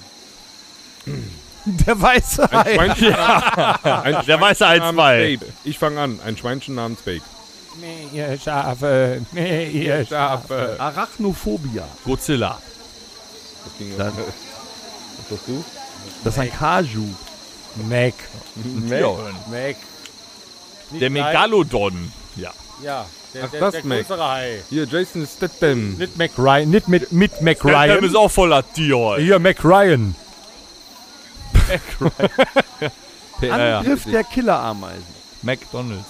Der weiße Hai. Schweinchen, Der weiße Hai namens 2. Babe. Ich fange an. Ein Schweinchen namens Babe. Ihr Schafe, ihr Schafe. Arachnophobia. Godzilla. Das ging Dann- Was hast du? Das ist ein Kaju. Mac. Mac. Der Megalodon. Ja. Ja, Ach, das Mac. Hai. Hier, Jason Statham. Nicht Mac Ryan, nicht mit Mac Der ist Ryan. auch voller Tier. Hier Mac Ryan. Ja. Angriff der Killerameisen. McDonalds.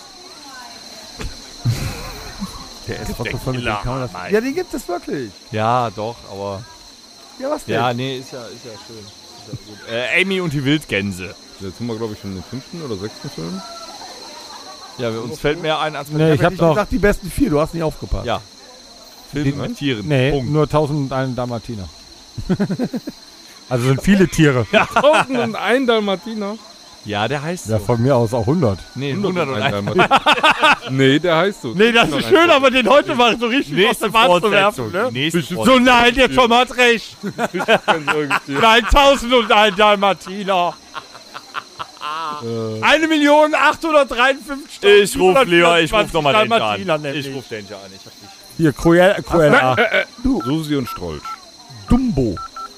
Der ist der voll mit dem kann man das. Killerameisen. Ja, den gibt es wirklich. Ja, doch, aber. Ja, was denn? Ja, nee, ist ja schön. Ist ja gut. Amy und die Wildgänse. Jetzt sind wir, glaube ich, schon im 5. oder 6. Film. Ja, uns fällt mehr ein als mit Nee, ich hab Ich noch. sag die besten 4, du hast nicht aufgepasst. Ja. Filme mit Tieren. Nee, Punkt. nur 1001 Dalmatiner. Also sind viele Tiere. Ja, 1001 Dalmatiner. Ja, der heißt so. von mir aus auch 100. Nee, 101. Dalmatiner. Nee, der heißt so. Nee, das ist schön, aber den heute mal so richtig Nächste Fortsetzung. Nächste So, nein, der Tom hat recht. Nein, 1001 Dalmatiner. 1.853.000. Ich ruf lieber, ich ruf nochmal Danger an. Ich ruf Danger an. Ich hab dich. Hier, Cruella. Susi und Strolch. Dumbo.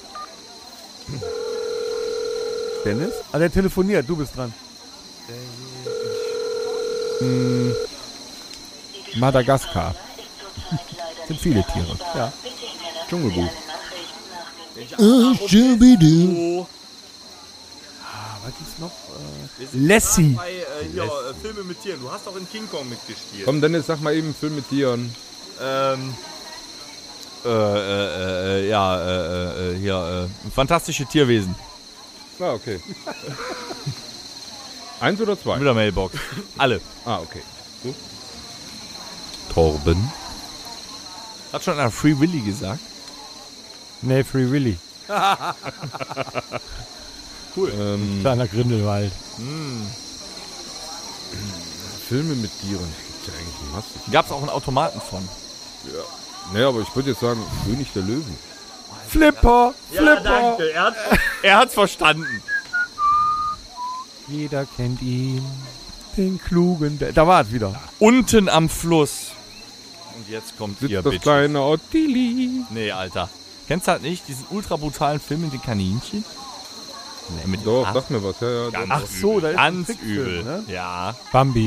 Dennis? Ah, der telefoniert, du bist dran. Madagaskar. Sind viele Tiere. Ja. Dschungelbuch. Was ist noch? Lassie. Filme mit Tieren. Du hast auch in King Kong mitgespielt. Komm, Dennis, sag mal eben einen Film mit Tieren. Fantastische Tierwesen. Ah, okay. 1 oder 2? Mit der Mailbox. Alle. Ah, okay. Gut. Torben. Hat schon einer Free Willy gesagt? Nee, Free Willy. Kleiner Grindelwald. Filme mit Tieren. Gibt's ja eigentlich eine Masse. Gab's auch einen Automaten von. Naja, aber ich würde jetzt sagen, König der Löwen. Flipper. Danke. Er hat's verstanden. Jeder kennt ihn. Den klugen. Da war es wieder. Unten am Fluss. Und jetzt kommt ihr Das Bitch. kleine Ottili. Nee, Alter. Kennst du halt nicht diesen ultra brutalen Film mit den Kaninchen? Nee, mit Doch, Ass. sag mir was. Ja, Ganz Ach so, da ist ein Ganz Trickfilm, übel. ne? Ja. Bambi.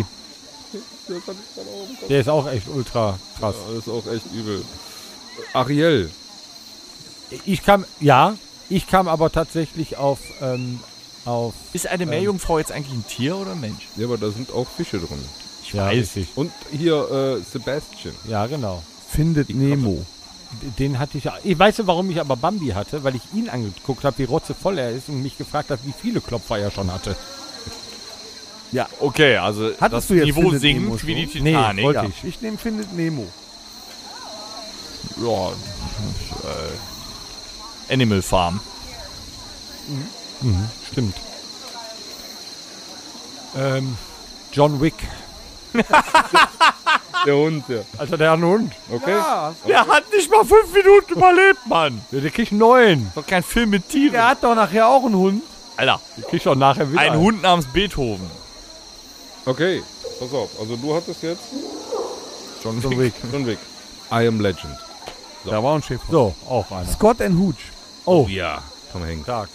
Der ist auch echt ultra krass. Das ist auch echt übel. Ariel. Ich kam aber tatsächlich auf Ist eine Meerjungfrau jetzt eigentlich ein Tier oder ein Mensch? Ja, aber da sind auch Fische drin. ich weiß nicht. Und hier Sebastian. Ja, genau. Findet Nemo. Den hatte ich. Ich weiß nicht, warum ich aber Bambi hatte, weil ich ihn angeguckt habe, wie rotzevoll er ist und mich gefragt habe, wie viele Klopfer er schon hatte. Ja. Okay, also Hattest das du jetzt Niveau Findet sinkt Nemo wie die schon? Titanic. wollte Ja, ich. ich nehme Findet Nemo. Ja, Animal Farm. Stimmt. John Wick. Der Hund, ja. Also der hat einen Hund. Okay. Der hat nicht mal 5 Minuten überlebt, Mann. Ja, der kriegt 9. Doch kein Film mit Tieren. Der hat doch nachher auch einen Hund. Alter, Der kriegt auch nachher wieder. ein einen. Hund namens Beethoven. Okay, pass auf. Also du hattest jetzt John Wick. John Wick. I Am Legend. Da war ein Schiff. So, auch einer. Scott and Hooch. Oh, Ja. Tom Hanks. stark.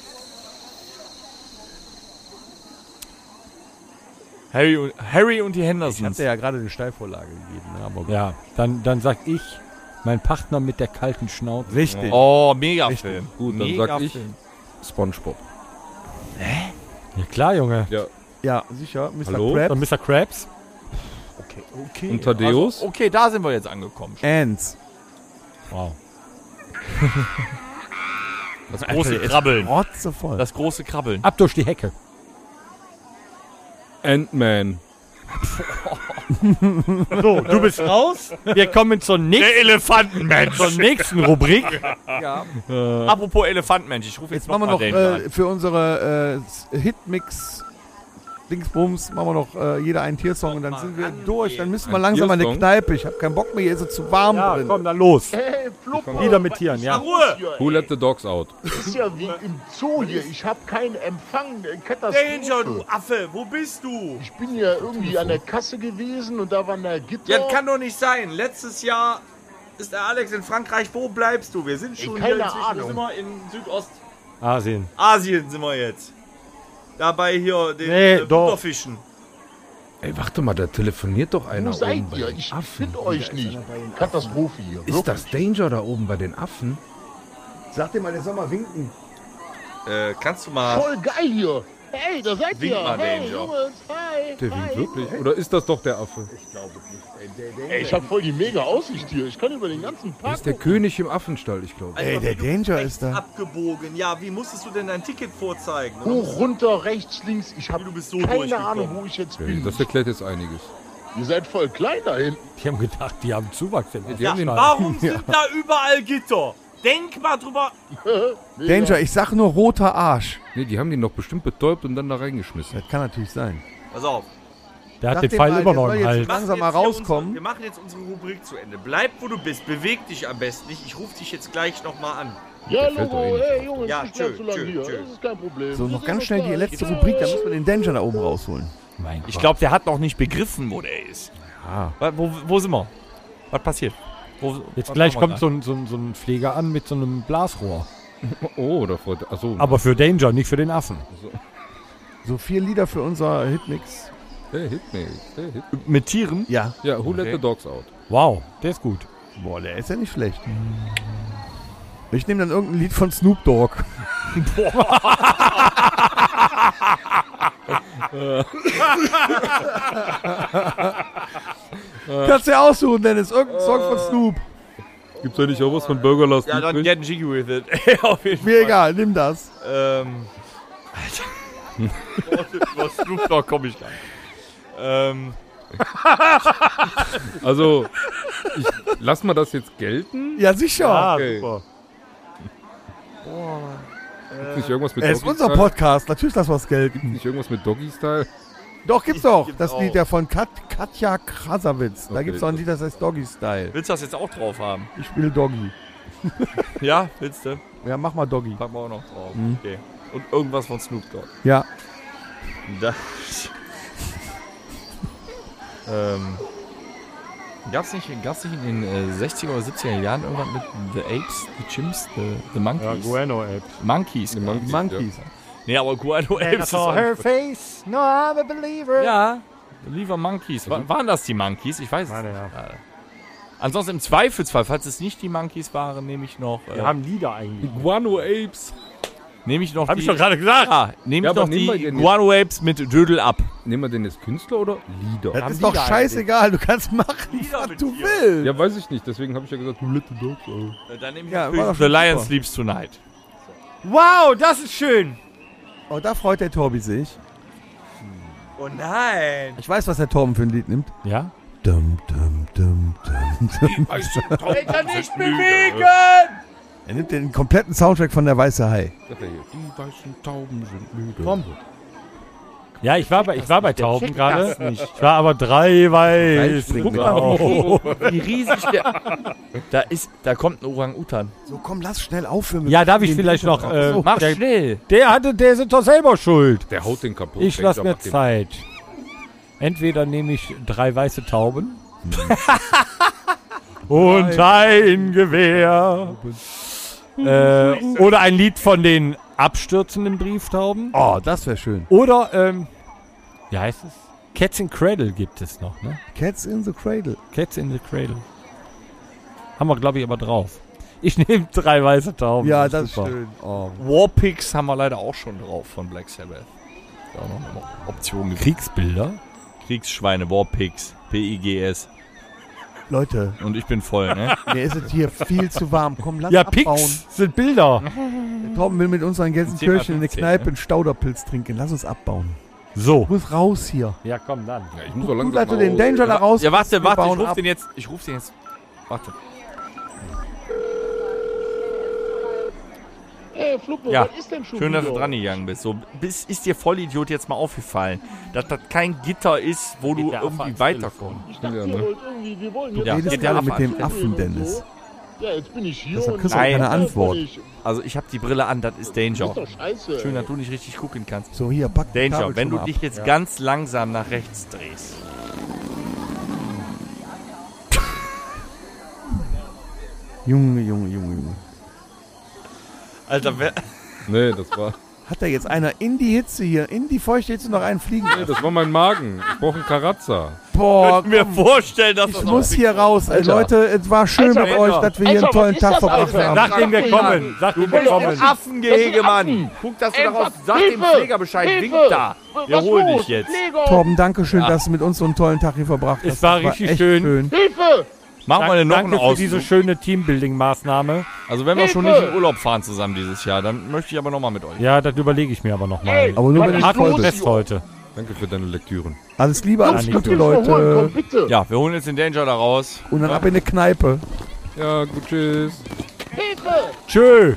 Harry und die Ich Hendersons. hatte ja gerade eine Steilvorlage gegeben. Ne? Aber Ja, dann sag ich, mein Partner mit der kalten Schnauze. richtig. Oh, Mega-Film. Gut, dann sag ich SpongeBob. Ja klar, Junge. Ja. Ja, sicher. Mr. Hallo? Krabs. Und Mr. Krabs? Okay. Und Thaddeus? Also, okay, da sind wir jetzt angekommen. Ants. Wow. Das große Krabbeln. Rotzevoll. Das große Krabbeln. Ab durch die Hecke. Ant-Man. So, du bist raus. Wir kommen zur nächsten, Elefantenmensch. zur nächsten Rubrik. ja. Apropos Elefantenmensch, ich rufe Jetzt jetzt machen wir noch noch mal Danger an. für unsere Hitmix Dingsbums, machen wir noch jeder einen Tiersong und dann sind wir durch. Dann müssen wir Ein langsam mal eine Tiersong? Kneipe. Ich habe keinen Bock mehr, hier ist es zu warm Ja, drin. komm, dann los. Hey, Flupper, Wieder mit Tieren, ja. Ruhe! Who let the dogs out? das ist ja wie im Zoo hier. Ich habe keinen Empfang. Katastrophe. Affe, wo bist du? Ich bin ja irgendwie an der Kasse gewesen und da war eine Gitter. Ja, das kann doch nicht sein. Letztes Jahr ist der Alex in Frankreich. Wo bleibst du? Wir sind schon keine hier inzwischen. Ahnung. Wo sind wir? In Südostasien Asien. sind wir jetzt. Dabei hier den Nee, doch. Butterfischen. Ey, warte mal, da telefoniert doch einer Wo seid oben bei ihr? den Ich Affen. finde euch nicht. Katastrophe hier. Ist das Danger da oben bei den Affen? Sag dir mal, der soll mal winken. Kannst du mal... Voll geil hier. Hey, da seid Wink ihr. mal, Hey, Danger. Jungs. Hi. Der winkt wirklich. Oder ist das doch der Affe? Ey, ich habe voll die mega Aussicht hier. Ich kann über den ganzen Das Park ist der gucken. König im Affenstall, ich glaube. Ey, der Danger ist da. Abgebogen. Ja, wie musstest du denn dein Ticket vorzeigen? Hoch, runter, rechts, links. Ich habe Du bist so keine durchgekommen. Ahnung, wo ich jetzt Okay, bin. das erklärt jetzt einiges. Ihr seid voll klein da hinten. Die haben gedacht, die haben Zuwachs. Die haben den Warum sind da überall Gitter? Denk mal drüber. Danger, ich sag nur roter Arsch. Nee, die haben den doch bestimmt betäubt und dann da reingeschmissen. Das kann natürlich sein. Pass auf. Der hat Sag den dem Pfeil mal, immer der noch soll im jetzt Hals. mal- Langsam mal Jetzt hier rauskommen. wir machen jetzt unsere Rubrik zu Ende. Bleib, wo du bist. Beweg dich am besten nicht. Ich rufe dich jetzt gleich nochmal an. Ja, fällt doch Logo, eh hey Junge, Ja, ich bleib tschö, zu lange tschö, hier. tschö. Das ist kein Problem. So, Wir noch sehen ganz uns schnell die gleich. letzte Rubrik, da müssen wir den Danger da oben rausholen. Mein Ich Gott. glaube, der hat noch nicht begriffen, wo der ist. Wo sind wir? Was passiert? Jetzt was gleich machen kommt wir so ein Pfleger an mit so einem Blasrohr. Oh, da freut er. Achso. Aber für Danger, nicht für den Affen. So 4 Lieder für unser Hitmix. Hey, hit me. Hey, hit. da? Mit Tieren? Ja. Ja, Who Let the Dogs Out? Wow, der ist gut. Boah, der ist ja nicht schlecht. Ich nehme dann irgendein Lied von Snoop Dogg. Kannst du ja aussuchen, Dennis. Irgendein Song von Snoop. Gibt's ja nicht auch was von Burger Last Ja, dann übrig? get jiggy with it. Auf jeden Mir egal, nimm das. Alter. Über Snoop Dogg komme ich gar nicht. Also, lass mal das jetzt gelten. Ja, sicher. Okay. super. Gibt's nicht irgendwas mit Es ist unser Doggy-Style? Podcast. Natürlich lass was gelten. Nicht irgendwas mit Doggy-Style? Doch, gibt's doch. Gibt's Das auch. Lied ja von Katja Krasavitz. Da Okay. gibt's doch ein Lied, das heißt Doggy Style. Willst du das jetzt auch drauf haben? Ich spiele Doggy. Ja, willst du? Ja, mach mal Doggy. Packen wir auch noch drauf. Mhm. Okay. Und irgendwas von Snoop Dogg. Ja. Da. Gab's nicht in den 60er oder 70er Jahren irgendwann mit The Apes, The Chimps, The Monkeys? Guano Apes. Monkeys. Monkeys. Nee, aber Guano And I Apes saw ist her face. No, I'm a believer. Ja, Lieber Monkeys. Waren das die Monkeys? Ich weiß es Meine, nicht. ja. Ansonsten im Zweifelsfall, falls es nicht die Monkeys waren, nehme ich noch... Wir haben Lieder eigentlich. Guano Apes. Nehme ich noch Hab ich doch gerade gesagt. Ja, nehme Ja, ich aber noch nehmen wir die den Guano Apes mit Dödel ab. Nehmen wir den jetzt Künstler oder Lieder? Das haben ist doch Lieder scheißegal. Du kannst machen, was du willst. Ja, weiß ich nicht. Deswegen habe ich ja gesagt, Who Let the Dogs Out. Dann nehme ich Ja, natürlich war doch The schon Lion super. Sleeps Tonight. Wow, das ist schön. Oh, da freut der Torbi sich. Oh nein. Ich weiß, was der Torben für ein Lied nimmt. Ja? Dum, dum, dum, dum, dum. Ich kann nicht bewegen! Er nimmt den kompletten Soundtrack von Der Weiße Hai. Sagt er hier, die weißen Tauben sind müde. Komm. Ja, ich war bei Tauben gerade. Ich war aber 3 weiß. Guck Wow. Wie riesig der... Da kommt ein Orang-Utan. So, komm, lass schnell aufhören. Ja, darf ich vielleicht noch... Mach der, schnell. der sind doch selber schuld. Der haut den kaputt. Ich Denkt lass er, mir macht den- Zeit. Entweder nehme ich 3 weiße Tauben und ein Gewehr. Oder ein Lied von den abstürzenden Brieftauben. Oh, das wäre schön. Oder, wie heißt es? Cats in Cradle gibt es noch, ne? Cats in the Cradle. Cats in the Cradle. Haben wir, glaube ich, aber drauf. Ich nehme 3 weiße Tauben. Ja, das ist super. schön. Oh. Warpigs haben wir leider auch schon drauf von Black Sabbath. Da auch noch eine Option gewesen. Kriegsbilder. Kriegsschweine, Warpigs, PIGS. Leute, Und ich bin voll, ne? mir ist es hier viel zu warm. Komm, lass Ja, abbauen. Pigs sind Bilder. Der Torben will mit uns in Gelsenkirchen in der 10 Kneipe einen Stauderpilz trinken. Lass uns abbauen. So. Ich muss raus hier. Ja, komm dann. Ja, ich muss doch Du, langsam dass du mal den raus. Danger da raus. Ja, warte, Wir bauen ab. ich ruf den jetzt. Warte. Ey, Flugmo, Ja, was ist denn schon Schön, dass du wieder? dran gegangen bist. So, ist dir Vollidiot jetzt mal aufgefallen, dass das kein Gitter ist, wo du Geht der Affe irgendwie ans weiterkommst. Ich dachte, Ja, ihr ne? wollt irgendwie, wir wollen hier... Ja, Redest geht der gerade Affe mit dem an. Affen, Dennis. Ja, jetzt bin ich hier Deshalb und... kriegst du Nein. keine Antwort. Also ich habe die Brille an, das ist Das Danger. ist doch scheiße. Schön, dass du nicht richtig gucken kannst. So, hier, pack die Danger, wenn du Kabelschuhe dich ab. jetzt ganz langsam nach rechts drehst. Junge. Alter, wer... Nee, das war... Hat da jetzt einer in die Hitze hier, in die feuchte Hitze noch einen fliegen Nee, lassen? das war mein Magen. Ich brauche einen Karazza. Boah, mir vorstellen, dass ich muss hier raus. Ey, Alter. Leute, es war schön Alter, mit euch, dass wir hier einen Alter, tollen was Tag ist das, verbracht Alter? haben. Nachdem wir kommen. Nachdem wir kommen. Affengehege, Das sind Mann. Guck, dass du Ey, daraus... was- Sag dem Hilfe! Pfleger Bescheid, wink Hilfe! da. Wir Was holen los? dich jetzt. Pfleger! Torben, danke schön, dass du mit uns so einen tollen Tag hier verbracht hast. Es war Das richtig echt schön. Hilfe! Mach mal eine Danke für Knochen diese aus. schöne Teambuilding-Maßnahme. Also wenn wir schon Hilfe! nicht in Urlaub fahren zusammen dieses Jahr, dann möchte ich aber nochmal mit euch. Ja, das überlege ich mir aber nochmal. Ey, Aber nur was wenn ist ich Hart voll los, bin. Stress heute. Danke für deine Lektüren. Alles Liebe, alles nicht Gute, gut. Hilfe, holen, Leute. komm, bitte! Ja, wir holen jetzt den Danger da raus. Und dann ab in eine Kneipe. Ja, gut, tschüss. Hilfe! Tschö.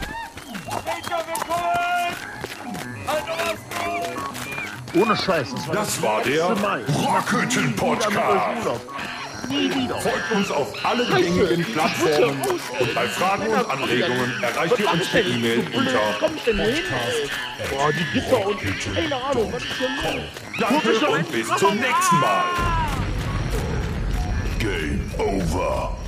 Ohne Scheiß, das war Das war der letzte Mal. Rockhütten Podcast. Urlaub. Nie wieder. Folgt uns auf allen gängigen Plattformen und bei Fragen und Anregungen erreicht ihr uns per E-Mail unter Kommst du denn hin? Boah, die Gitter und keine Ahnung, was ist denn los? Danke und bis zum nächsten Mal. Game over.